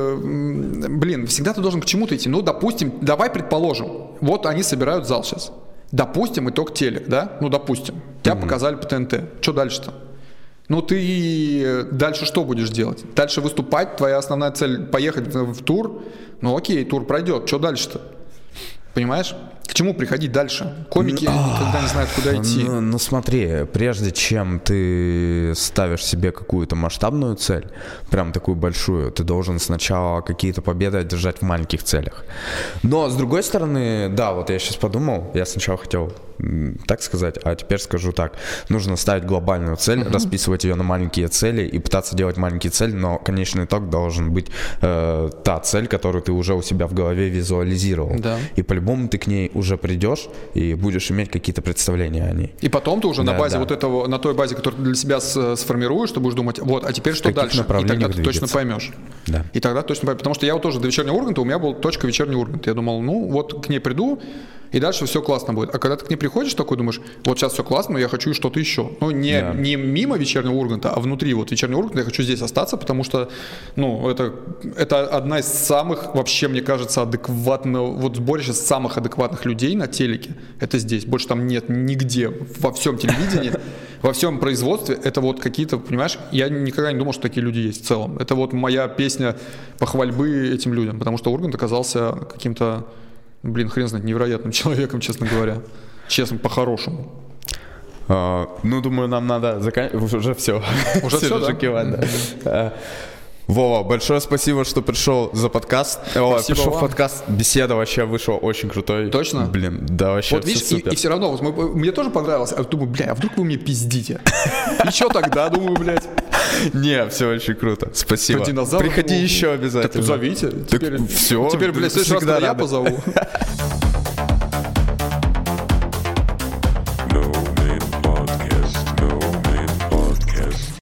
м, блин, всегда ты должен к чему-то идти. Ну, допустим, давай предположим, вот они собирают зал сейчас. Допустим, итог телек, да? Ну, допустим. Тебя mm-hmm. показали по ТНТ. Что дальше-то? Ну, ты дальше что будешь делать? Дальше выступать? Твоя основная цель поехать в, в тур? Ну, окей, тур пройдет. Что дальше-то? Понимаешь? К чему приходить дальше? Комики никогда не знают, куда идти. Ну, ну смотри, прежде чем ты ставишь себе какую-то масштабную цель, прям такую большую, ты должен сначала какие-то победы одержать в маленьких целях. Но с другой стороны, да, вот я сейчас подумал, я сначала хотел так сказать, а теперь скажу так. Нужно ставить глобальную цель, uh-huh. расписывать ее на маленькие цели и пытаться делать маленькие цели, но конечный итог должен быть э, та цель, которую ты уже у себя в голове визуализировал. Да. И по-любому ты к ней уже придешь и будешь иметь какие-то представления о ней. И потом ты уже да, на базе да. вот этого, на той базе, которую ты для себя с, сформируешь, ты будешь думать, вот, а теперь что дальше? И тогда ты двигаться. точно поймешь. Да. И тогда точно поймешь. Потому что я вот тоже до вечернего Урганта, у меня был точка вечерний Ургант. Я думал, ну вот к ней приду, и дальше все классно будет. А когда ты к ней приходишь, такой думаешь, вот сейчас все классно, но я хочу что-то еще. Ну, не, yeah. не мимо вечернего Урганта, а внутри вот вечернего Урганта я хочу здесь остаться, потому что, ну, это, это одна из самых, вообще, мне кажется, адекватного, вот сборище самых адекватных людей на телеке. Это здесь. Больше там нет нигде, во всем телевидении, во всем производстве. Это вот какие-то, понимаешь, я никогда не думал, что такие люди есть в целом. Это вот моя песня похвальбы этим людям, потому что Ургант оказался каким-то, блин, хрен знает, невероятным человеком, честно говоря. Честно, по-хорошему. А, ну, думаю, нам надо заканчивать. Уже все. Уже все, да? Кивать, да. Вова, большое спасибо, что пришел за подкаст. О, пришел в подкаст. Беседа вообще вышла очень крутой. Точно? Блин, да, вообще вот, видишь, супер. И, и все равно, вот, мы, мне тоже понравилось. А думаю, бля, а вдруг вы мне пиздите? И что тогда, думаю, блядь? Не, все очень круто. Спасибо. Приходи еще обязательно. Так зовите. Так все. Теперь, блядь, в следующий раз я позову.